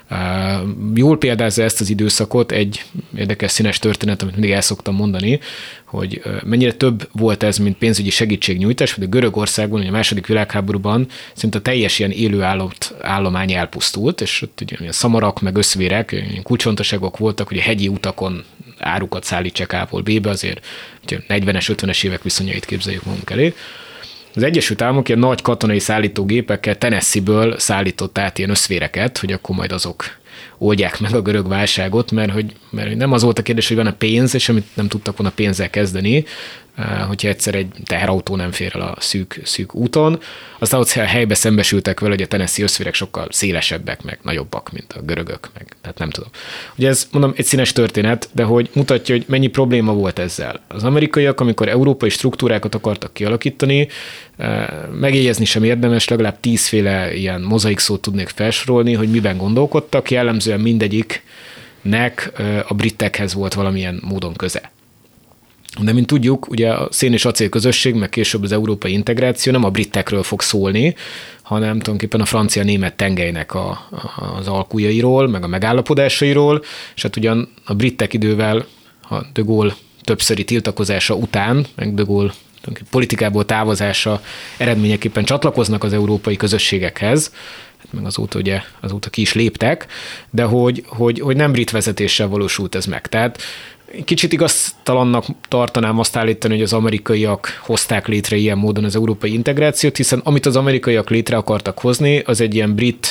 Jól példázza ezt az időszakot egy érdekes színes történet, amit mindig el szoktam mondani, hogy mennyire több volt ez, mint pénzügyi segítségnyújtás, hogy a Görögországban, ugye a II. Világháborúban szinte a teljes ilyen élő állomány elpusztult, és ott ugye szamarak, meg összvérek, kulcsfontosságok voltak, hogy a hegyi utakon árukat szállítsák A-ból B-be, azért 40-es, 50-es évek viszonyait képzeljük magunk elé. Az Egyesült Államok ilyen nagy katonai szállítógépekkel Tennessee-ből szállított át ilyen összvéreket, hogy akkor majd azok oldják meg a görög válságot, mert nem az volt a kérdés, hogy van a pénz, és amit nem tudtak volna pénzzel kezdeni, hogyha egyszer egy teherautó nem fér el a szűk úton. Aztán ott helyben szembesültek vele, hogy a Tennessee összvérek sokkal szélesebbek, meg nagyobbak, mint a görögök, meg tehát nem tudom. Ugye ez, mondom, egy színes történet, de hogy mutatja, hogy mennyi probléma volt ezzel. Az amerikaiak, amikor európai struktúrákat akartak kialakítani, megjegyezni sem érdemes, legalább 10 féle ilyen mozaik szót tudnék felsorolni, hogy miben gondolkodtak, jellemzően mindegyiknek a britekhez volt valamilyen módon köze. De mint tudjuk, ugye a szén és acél közösség, meg később az európai integráció nem a britekről fog szólni, hanem tulajdonképpen a francia-német tengelynek az alkujairól, meg a megállapodásairól, és hát ugyan a britek idővel, a de Gaulle többszöri tiltakozása után, meg de Gaulle politikából távozása eredményeképpen csatlakoznak az európai közösségekhez, meg azóta ki is léptek, de hogy nem brit vezetéssel valósult ez meg. Tehát kicsit igaztalannak tartanám azt állítani, hogy az amerikaiak hozták létre ilyen módon az európai integrációt, hiszen amit az amerikaiak létre akartak hozni, az egy ilyen brit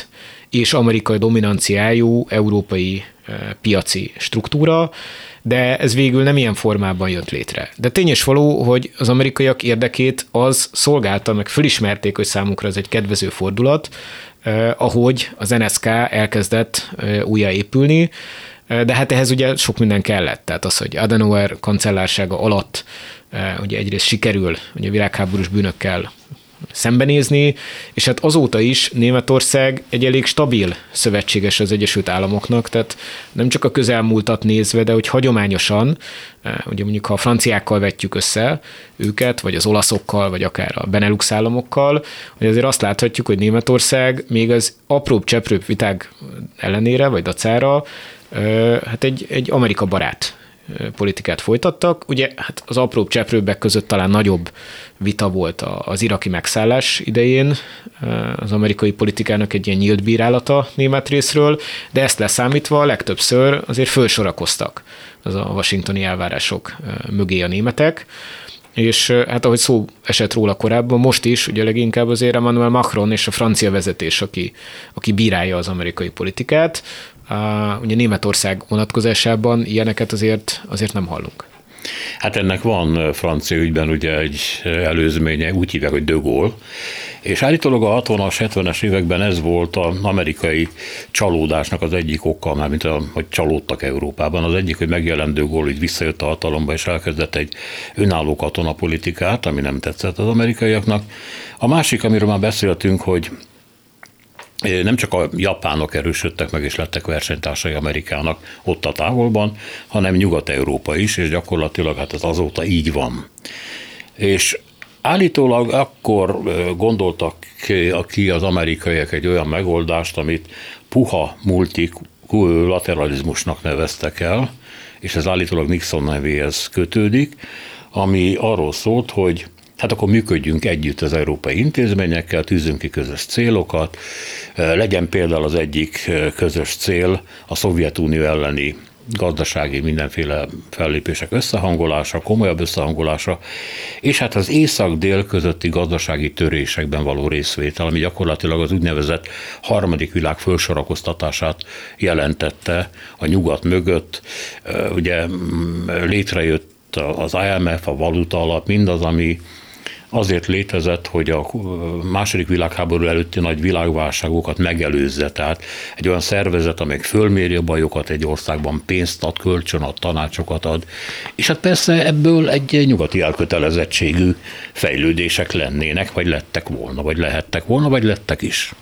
és amerikai dominanciájú európai piaci struktúra, de ez végül nem ilyen formában jött létre. De tény és való, hogy az amerikaiak érdekét az szolgálta, meg fölismerték, hogy számukra ez egy kedvező fordulat, ahogy az NSK elkezdett újjáépülni, de hát ehhez ugye sok minden kellett. Tehát az, hogy Adenauer kancellársága alatt ugye egyrészt sikerül ugye világháborús bűnökkel szembenézni, és hát azóta is Németország egy elég stabil szövetséges az Egyesült Államoknak, tehát nem csak a közelmúltat nézve, de hogy hagyományosan, ugye mondjuk ha a franciákkal vetjük össze őket, vagy az olaszokkal, vagy akár a Benelux államokkal, hogy azért azt láthatjuk, hogy Németország még az apróbb-cseprőbb viták ellenére, vagy dacára, hát egy Amerika barát politikát folytattak. Ugye hát az apróbb cseprőbbek között talán nagyobb vita volt az iraki megszállás idején, az amerikai politikának egy ilyen nyílt bírálata német részről, de ezt leszámítva legtöbbször azért fölsorakoztak az a washingtoni elvárások mögé a németek, és hát ahogy szó esett róla korábban, most is ugye leginkább azért Emmanuel Macron és a francia vezetés, aki bírálja az amerikai politikát. Ugye Németország vonatkozásában ilyeneket azért nem hallunk. Hát ennek van francia ügyben ugye egy előzménye, úgy hívják, hogy de Gaulle, és állítólag a 60-as, 70-es években ez volt az amerikai csalódásnak az egyik oka, mármint hogy csalódtak Európában. Az egyik, hogy megjelent de Gaulle, hogy visszajött a hatalomba, és elkezdett egy önálló katonapolitikát, ami nem tetszett az amerikaiaknak. A másik, amiről már beszéltünk, hogy nem csak a japánok erősödtek meg és lettek versenytársai Amerikának ott a távolban, hanem Nyugat-Európa is, és gyakorlatilag hát ez azóta így van. És állítólag akkor gondoltak ki az amerikaiak egy olyan megoldást, amit puha multilateralizmusnak neveztek el, és ez állítólag Nixon nevéhez kötődik, ami arról szólt, hogy hát akkor működjünk együtt az európai intézményekkel, tűzünk ki közös célokat, legyen például az egyik közös cél a Szovjetunió elleni gazdasági mindenféle fellépések összehangolása, komolyabb összehangolása, és hát az észak-dél közötti gazdasági törésekben való részvétel, ami gyakorlatilag az úgynevezett harmadik világ fölsorakoztatását jelentette a nyugat mögött. Ugye létrejött az IMF, a valuta alap, mindaz, ami azért létezett, hogy a második világháború előtti nagy világválságokat megelőzze. Tehát egy olyan szervezet, amely fölméri a bajokat egy országban, pénzt ad, kölcsön ad, tanácsokat ad. És hát persze ebből egy nyugati elkötelezettségű fejlődések lennének, vagy lettek volna, vagy lehettek volna, vagy lettek is.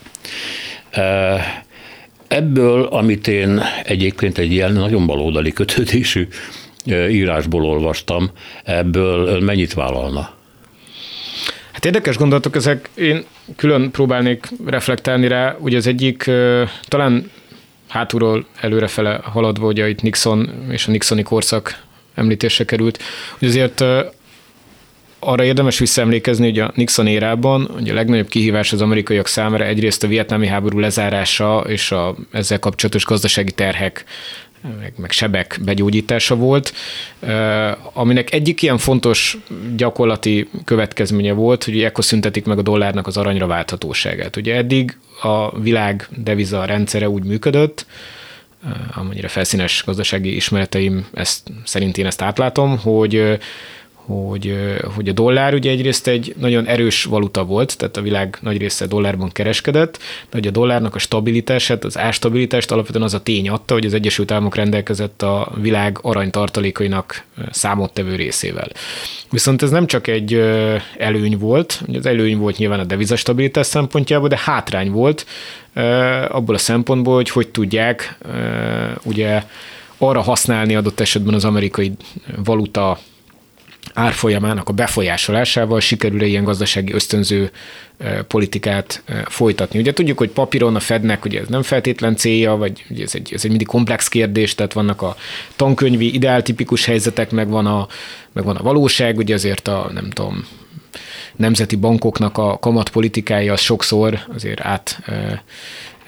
Ebből, amit én egyébként egy ilyen nagyon baloldali kötődésű írásból olvastam, ebből mennyit vállalna? Hát érdekes gondolatok ezek, én külön próbálnék reflektálni rá, ugye az egyik talán hátulról előrefele haladva, ugye itt Nixon és a Nixoni korszak említésre került, hogy azért arra érdemes visszaemlékezni, hogy a Nixon érában ugye a legnagyobb kihívás az amerikaiak számára egyrészt a vietnámi háború lezárása és ezzel kapcsolatos gazdasági terhek meg sebek begyógyítása volt, aminek egyik ilyen fontos gyakorlati következménye volt, hogy ekkor szüntetik meg a dollárnak az aranyra válthatóságát. Ugye eddig a világ deviza rendszere úgy működött, amennyire felszínes gazdasági ismereteim szerint én ezt átlátom, hogy a dollár ugye egyrészt egy nagyon erős valuta volt, tehát a világ nagy része dollárban kereskedett, de hogy a dollárnak a stabilitását, az árstabilitást alapvetően az a tény adta, hogy az Egyesült Államok rendelkezett a világ aranytartalékainak számottevő részével. Viszont ez nem csak egy előny volt, az előny volt nyilván a devizastabilitás szempontjából, de hátrány volt abból a szempontból, hogy tudják ugye arra használni adott esetben az amerikai valuta árfolyamának a befolyásolásával sikerül ilyen gazdasági ösztönző politikát folytatni. Ugye tudjuk, hogy papíron a Fednek ugye ez nem feltétlen célja, vagy ugye ez egy mindig komplex kérdés, tehát vannak a tankönyvi ideáltipikus helyzetek, meg van a valóság, ugye azért a nemzeti bankoknak a kamatpolitikája az sokszor azért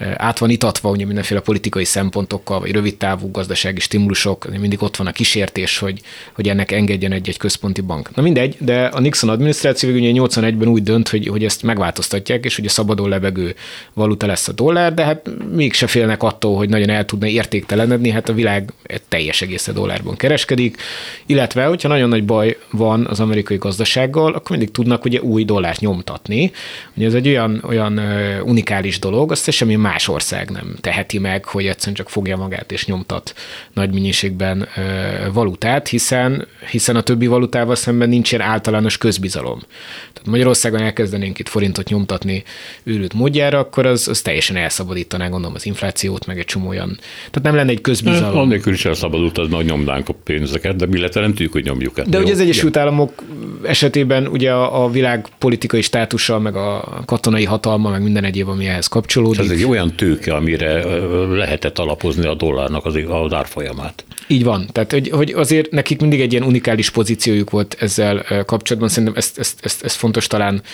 át van itatva ugye mindenféle politikai szempontokkal, vagy rövidtávú gazdasági stimulusok, mindig ott van a kísértés, hogy ennek engedjen egy központi bank. Na mindegy, de a Nixon adminisztráció ugye 81-ben úgy dönt, hogy ezt megváltoztatják, és ugye szabadon lebegő valuta lesz a dollár, de hát mégse félnek attól, hogy nagyon el tudna értéktelenedni, hát a világ teljes egészen dollárban kereskedik, illetve, hogyha nagyon nagy baj van az amerikai gazdasággal, akkor mindig tudnak ugye új dollárt nyomtatni. Ugye ez egy olyan unikális dolog, azt semmi más ország nem teheti meg, hogy egyszerűen csak fogja magát és nyomtat nagy mennyiségben valutát, hiszen a többi valutával szemben nincsen általános közbizalom. Tehát Magyarországon elkezdenénk itt forintot nyomtatni őrült módjára, akkor az teljesen elszabadítaná, gondolom, az inflációt, meg egy csomó olyan. Tehát nem lenne egy közbizalom. Annélkül is elszabadult, az meg nyomnánk a pénzeket, de illetve nem tudjuk, hogy nyomjuk. De ugye az Egyesült Államok esetében ugye a világ politikai státusa, meg a katonai hatalma, meg minden egyéb, ami ehhez kapcsolódik. Ez egy olyan tőke, amire lehetett alapozni a dollárnak az árfolyamát. Így van. Tehát, hogy azért nekik mindig egy ilyen unikális pozíciójuk volt ezzel kapcsolatban. Szerintem ezt fontos talán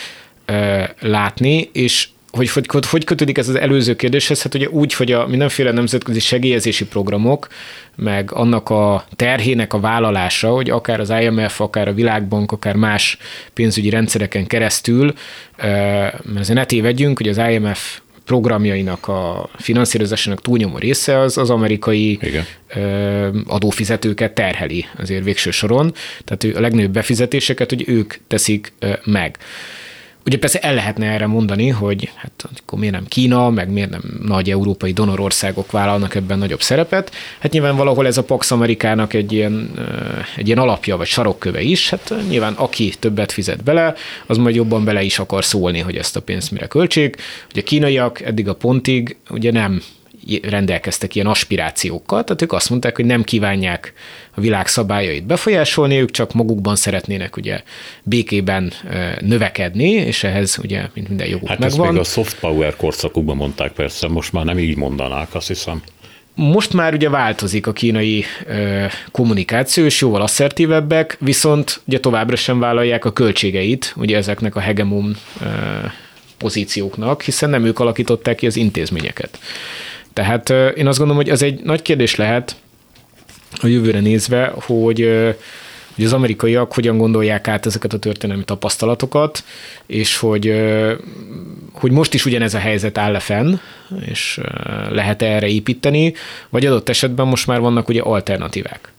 látni, és hogy kötődik ez az előző kérdéshez? Hát ugye úgy, hogy a mindenféle nemzetközi segélyezési programok, meg annak a terhének a vállalása, hogy akár az IMF, akár a Világbank, akár más pénzügyi rendszereken keresztül, mert azért ne tévedjünk, hogy az IMF programjainak a finanszírozásának túlnyomó része az amerikai adófizetőket terheli azért végső soron, tehát a legnagyobb befizetéseket hogy ők teszik meg. Ugye persze el lehetne erre mondani, hogy hát akkor miért nem Kína, meg miért nem nagy európai donorországok vállalnak ebben nagyobb szerepet. Hát nyilván valahol ez a Pax Amerikának egy ilyen alapja, vagy sarokköve is. Hát nyilván aki többet fizet bele, az majd jobban bele is akar szólni, hogy ezt a pénzt mire költsék. Ugye a kínaiak eddig a pontig ugye nem rendelkeztek ilyen aspirációkkal, tehát ők azt mondták, hogy nem kívánják a világ szabályait befolyásolni, ők csak magukban szeretnének ugye békében növekedni, és ehhez ugye minden joguk megvan. Hát ezt még a soft power korszakukban mondták persze, most már nem így mondanák, azt hiszem. Most már ugye változik a kínai kommunikáció, és jóval asszertívebbek, viszont ugye továbbra sem vállalják a költségeit ugye ezeknek a hegemon pozícióknak, hiszen nem ők alakították ki az intézményeket. Tehát én azt gondolom, hogy ez egy nagy kérdés lehet a jövőre nézve, hogy az amerikaiak hogyan gondolják át ezeket a történelmi tapasztalatokat, és hogy most is ugyanez a helyzet áll fenn, és lehet erre építeni, vagy adott esetben most már vannak ugye alternatívák.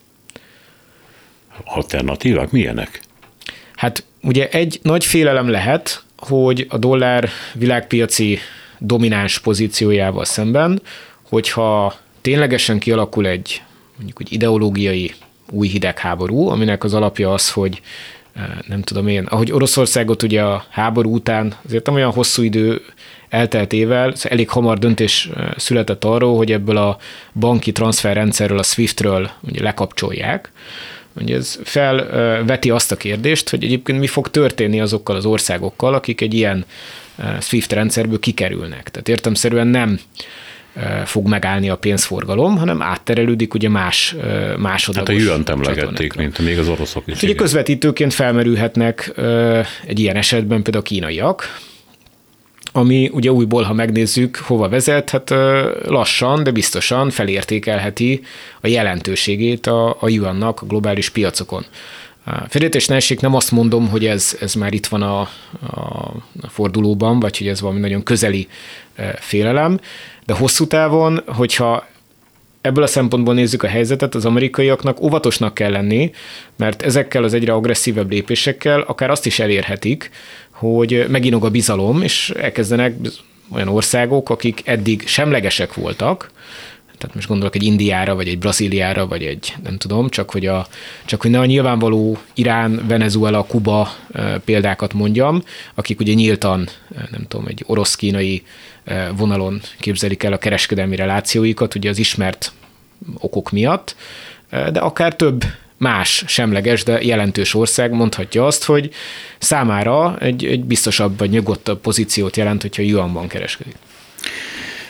Alternatívák? Milyenek? Hát ugye egy nagy félelem lehet, hogy a dollár világpiaci domináns pozíciójával szemben, hogyha ténylegesen kialakul egy mondjuk egy ideológiai új hidegháború, aminek az alapja az, hogy nem tudom én, ahogy Oroszországot ugye a háború után azért nem olyan hosszú idő elteltével, elég hamar döntés született arról, hogy ebből a banki transferrendszerről, a SWIFT-ről ugye lekapcsolják. Ugye ez felveti azt a kérdést, hogy egyébként mi fog történni azokkal az országokkal, akik egy ilyen SWIFT rendszerből kikerülnek. Tehát értelemszerűen nem fog megállni a pénzforgalom, hanem átterelődik ugye más másodlagos. Hát a yuant emlegették, mint még az oroszok is. Hát ugye közvetítőként felmerülhetnek egy ilyen esetben például a kínaiak, ami ugye újból, ha megnézzük, hova vezet, hát lassan, de biztosan felértékelheti a jelentőségét a yuannak a globális piacokon. Félreértés ne essék, nem azt mondom, hogy ez már itt van a fordulóban, vagy hogy ez valami nagyon közeli félelem, de hosszú távon, hogyha ebből a szempontból nézzük a helyzetet, az amerikaiaknak óvatosnak kell lenni, mert ezekkel az egyre agresszívebb lépésekkel akár azt is elérhetik, hogy meginog a bizalom, és elkezdenek olyan országok, akik eddig semlegesek voltak, tehát most gondolok egy Indiára, vagy egy Brazíliára, vagy egy, nem tudom, csak hogy ne a nyilvánvaló Irán, Venezuela, Kuba példákat mondjam, akik ugye nyíltan, nem tudom, egy orosz-kínai vonalon képzelik el a kereskedelmi relációikat, ugye az ismert okok miatt, de akár több más semleges, de jelentős ország mondhatja azt, hogy számára egy biztosabb vagy nyugodtabb pozíciót jelent, hogyha yuanban kereskedik.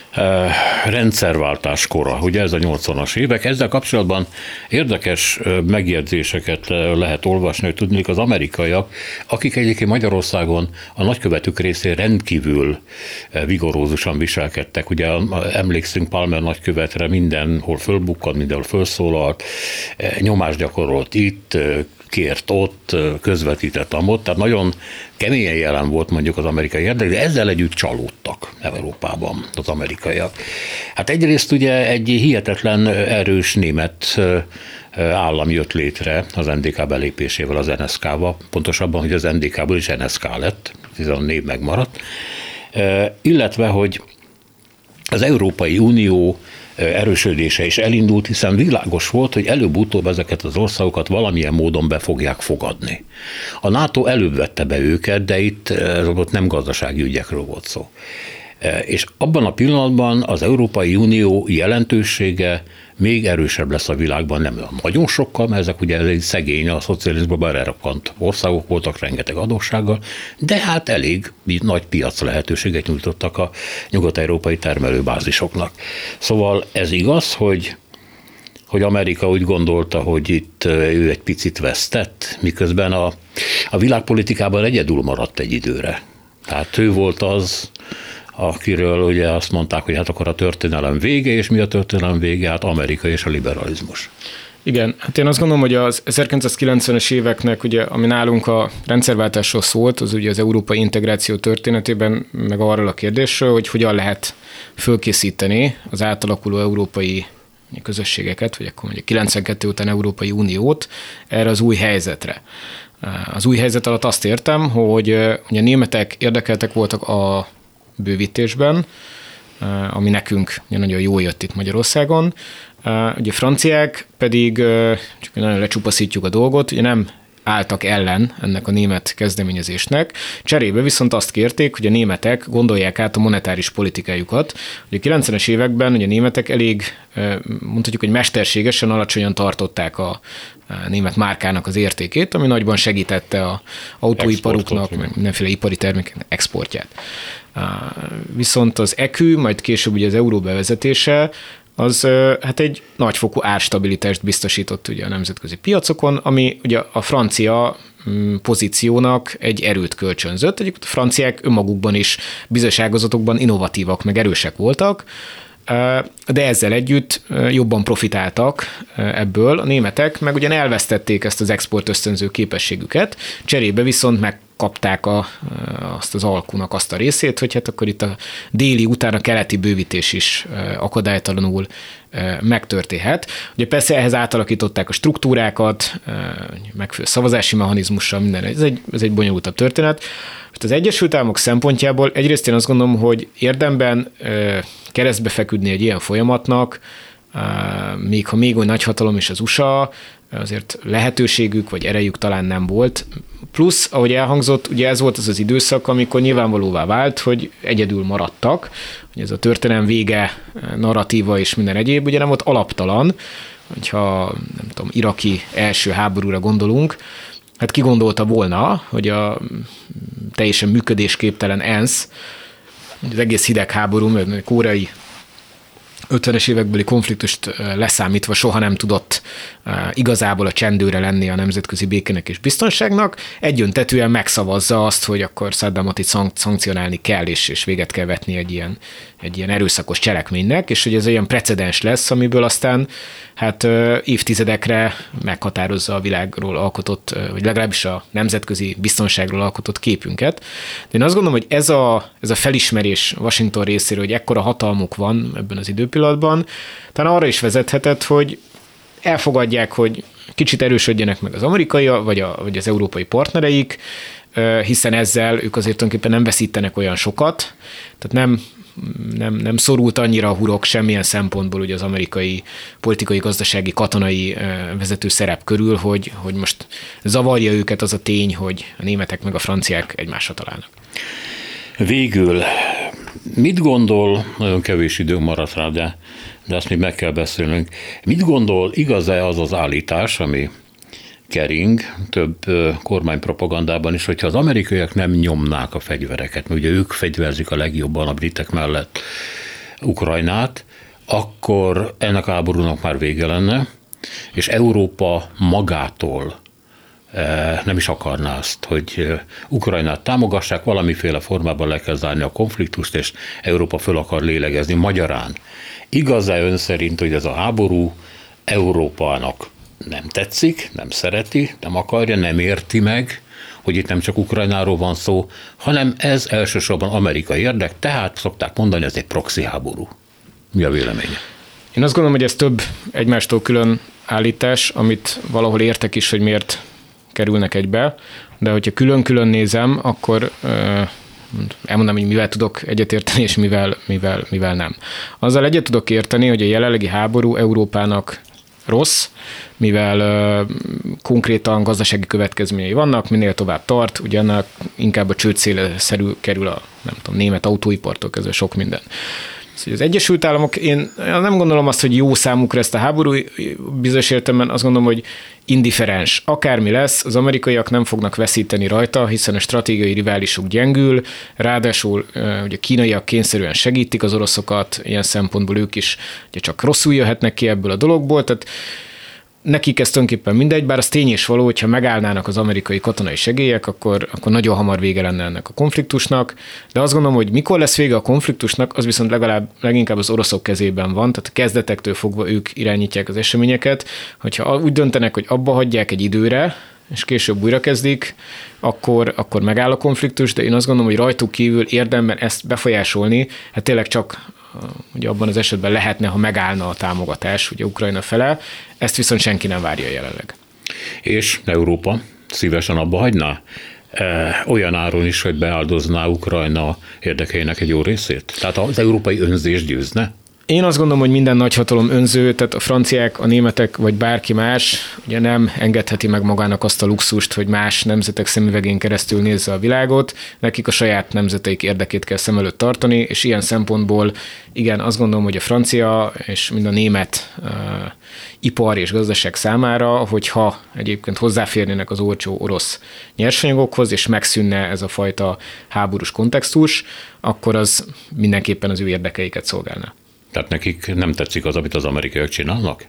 rendszerváltás kora, ugye ez a 80-as évek. Ezzel kapcsolatban érdekes megjegyzéseket lehet olvasni, hogy tudnék az amerikaiak, akik egyébként Magyarországon a nagykövetük részén rendkívül vigorózusan viselkedtek. Ugye emlékszünk Palmer nagykövetre, mindenhol fölbukkant, mindenhol fölszólalt, nyomást gyakorolt itt, kért ott, közvetített amott, tehát nagyon keményen jelen volt mondjuk az amerikai érdek, de ezzel együtt csalódtak Európában az amerikaiak. Hát egyrészt ugye egy hihetetlen erős német állam jött létre az NDK belépésével az NSZK-ba, pontosabban, hogy az NDK-ból is NSZK lett, ez a név megmaradt, illetve, hogy az Európai Unió erősödése is elindult, hiszen világos volt, hogy előbb-utóbb ezeket az országokat valamilyen módon be fogják fogadni. A NATO előbb vette be őket, de itt nem gazdasági ügyekről volt szó. És abban a pillanatban az Európai Unió jelentősége még erősebb lesz a világban, nem nagyon sokkal, mert ezek ugye egy szegény, a szocializmusban elrakkant országok voltak, rengeteg adóssággal, de hát elég nagy piac lehetőséget nyújtottak a nyugat-európai termelőbázisoknak. Szóval ez igaz, hogy Amerika úgy gondolta, hogy itt ő egy picit vesztett, miközben a világpolitikában egyedül maradt egy időre. Tehát ő volt az, akiről ugye azt mondták, hogy hát akkor a történelem vége, és mi a történelem vége? Hát Amerika és a liberalizmus. Igen, hát én azt gondolom, hogy az 1990-es éveknek, ugye, ami nálunk a rendszerváltásról szólt, az ugye az európai integráció történetében, meg arról a kérdésről, hogy hogyan lehet fölkészíteni az átalakuló európai közösségeket, vagy akkor mondjuk 92 után Európai Uniót erre az új helyzetre. Az új helyzet alatt azt értem, hogy a németek érdekeltek voltak a bővítésben, ami nekünk nagyon jól jött itt Magyarországon. Ugye franciák pedig, csak nagyon lecsupaszítjuk a dolgot, ugye nem álltak ellen ennek a német kezdeményezésnek. Cserébe viszont azt kérték, hogy a németek gondolják át a monetáris politikájukat. Ugye a 90-es években ugye a németek elég, mondhatjuk, hogy mesterségesen alacsonyan tartották a német márkának az értékét, ami nagyban segítette az autóiparuknak, meg mindenféle ipari termékek exportját. Viszont az EKÜ, majd később ugye az euró bevezetése, az hát egy nagyfokú árstabilitást biztosított ugye a nemzetközi piacokon, ami ugye a francia pozíciónak egy erőt kölcsönzött. Egyébként a franciák önmagukban is bizonyos ágazatokban innovatívak, meg erősek voltak, de ezzel együtt jobban profitáltak ebből a németek, meg ugyan elvesztették ezt az export ösztönző képességüket, cserébe viszont megkapták azt az alkunak azt a részét, hogy hát akkor itt a déli után a keleti bővítés is akadálytalanul megtörténhet. Ugye persze ehhez átalakították a struktúrákat, megfelelő szavazási mechanizmussal, minden. Ez egy bonyolultabb történet. Az Egyesült Államok szempontjából egyrészt én azt gondolom, hogy érdemben keresztbe feküdni egy ilyen folyamatnak, még ha még oly nagyhatalom is az USA, azért lehetőségük vagy erejük talán nem volt. Plusz, ahogy elhangzott, ugye ez volt az az időszak, amikor nyilvánvalóvá vált, hogy egyedül maradtak, hogy ez a történelem vége narratíva és minden egyéb, ugye nem volt alaptalan, hogyha nem tudom, iraki első háborúra gondolunk, hát ki gondolta volna, hogy a teljesen működésképtelen ENSZ, az egész hidegháború, mert koreai 50-es évekbeli konfliktust leszámítva soha nem tudott igazából a csendőre lenni a nemzetközi békének és biztonságnak, egyöntetűen megszavazza azt, hogy akkor Saddamot itt szankcionálni kell, és véget kell vetni egy ilyen erőszakos cselekménynek, és hogy ez olyan precedens lesz, amiből aztán hát évtizedekre meghatározza a világról alkotott, vagy legalábbis a nemzetközi biztonságról alkotott képünket. De én azt gondolom, hogy ez a felismerés Washington részéről, hogy ekkora hatalmuk van ebben az időpillanatban, talán arra is vezethetett, hogy elfogadják, hogy kicsit erősödjenek meg az amerikai, vagy az európai partnereik, hiszen ezzel ők azért tulajdonképpen nem veszítenek olyan sokat, tehát nem szorult annyira a hurok semmilyen szempontból ugye az amerikai politikai, gazdasági, katonai vezető szerep körül, hogy most zavarja őket az a tény, hogy a németek meg a franciák egymásra találnak. Végül mit gondol, nagyon kevés időnk maradt rá, de ezt még meg kell beszélnünk, mit gondol, igaz-e az az állítás, ami kering több kormánypropagandában is, hogyha az amerikaiak nem nyomnák a fegyvereket, mert ugye ők fegyverzik a legjobban a britek mellett Ukrajnát, akkor ennek a háborúnak már vége lenne, és Európa magától nem is akarná azt, hogy Ukrajnát támogassák, valamiféle formában le kell zárni a konfliktust, és Európa föl akar lélegezni. Magyarán igaz-e ön szerint, hogy ez a háború Európának nem tetszik, nem szereti, nem akarja, nem érti meg, hogy itt nem csak Ukrajnáról van szó, hanem ez elsősorban amerikai érdek, tehát szokták mondani, ez egy proxy háború. Mi a véleménye? Én azt gondolom, hogy ez több egymástól külön állítás, amit valahol értek is, hogy miért kerülnek egybe, de hogyha külön-külön nézem, akkor elmondom, hogy mivel tudok egyetérteni, és mivel nem. Azzal egyet tudok érteni, hogy a jelenlegi háború Európának rossz, mivel konkrétan gazdasági következményei vannak, minél tovább tart, ugyanak inkább a csődszéleszerű kerül a német autóipartól kezdve sok minden. Az Egyesült Államok, én nem gondolom azt, hogy jó számukra ezt a háború, bizonyos értelemben azt gondolom, hogy indifferens. Akármi lesz, az amerikaiak nem fognak veszíteni rajta, hiszen a stratégiai riválisuk gyengül, ráadásul ugye a kínaiak kényszerűen segítik az oroszokat, ilyen szempontból ők is ugye csak rosszul jöhetnek ki ebből a dologból, tehát nekik ez tulajdonképpen mindegy, bár az tény és való, hogyha megállnának az amerikai katonai segélyek, akkor nagyon hamar vége lenne ennek a konfliktusnak, de azt gondolom, hogy mikor lesz vége a konfliktusnak, az viszont leginkább az oroszok kezében van, tehát a kezdetektől fogva ők irányítják az eseményeket, hogyha úgy döntenek, hogy abba hagyják egy időre, és később újra kezdik, akkor megáll a konfliktus, de én azt gondolom, hogy rajtuk kívül érdemben ezt befolyásolni, hát tényleg csak ugye abban az esetben lehetne, ha megállna a támogatás ugye Ukrajna fele, ezt viszont senki nem várja jelenleg. És Európa szívesen abba hagyná? Olyan áron is, hogy beáldozná Ukrajna érdekeinek egy jó részét? Tehát az európai önzés győzne? Én azt gondolom, hogy minden nagyhatalom önző, tehát a franciák, a németek vagy bárki más ugye nem engedheti meg magának azt a luxust, hogy más nemzetek szemüvegén keresztül nézze a világot, nekik a saját nemzeteik érdekét kell szem előtt tartani, és ilyen szempontból igen, azt gondolom, hogy a francia és mind a német ipar és gazdaság számára, hogyha egyébként hozzáférnének az olcsó orosz nyersanyagokhoz, és megszűnne ez a fajta háborús kontextus, akkor az mindenképpen az ő érdekeiket szolgálná. Tehát nekik nem tetszik az, amit az amerikaiak csinálnak?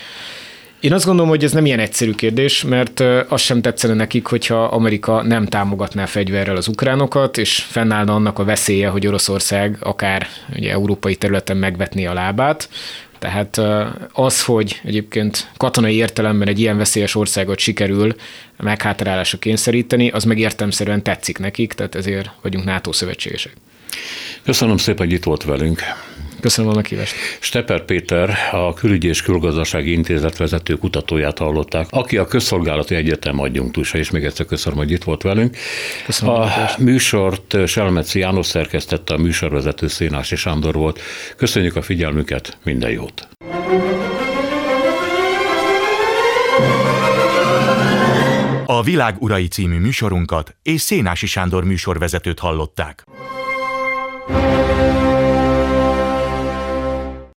Én azt gondolom, hogy ez nem ilyen egyszerű kérdés, mert az sem tetszene nekik, hogyha Amerika nem támogatná fegyverrel az ukránokat, és fennállna annak a veszélye, hogy Oroszország akár ugye, európai területen megvetné a lábát. Tehát az, hogy egyébként katonai értelemben egy ilyen veszélyes országot sikerül meghátrálásra kényszeríteni, az meg értelemszerűen tetszik nekik, tehát ezért vagyunk NATO szövetségesek. Köszönöm szépen, hogy itt volt velünk. Köszönöm a meghívást. Stepper Péter, a Külügyi és Külgazdasági Intézet vezető kutatóját hallották, aki a Közszolgálati Egyetem adjunktusa, és még egyszer köszönöm, hogy itt volt velünk. Köszönöm a műsort Selmeci János szerkesztette, a műsorvezető Szénási Sándor volt. Köszönjük a figyelmüket, minden jót! A Világ urai című műsorunkat és Szénási Sándor műsorvezetőt hallották.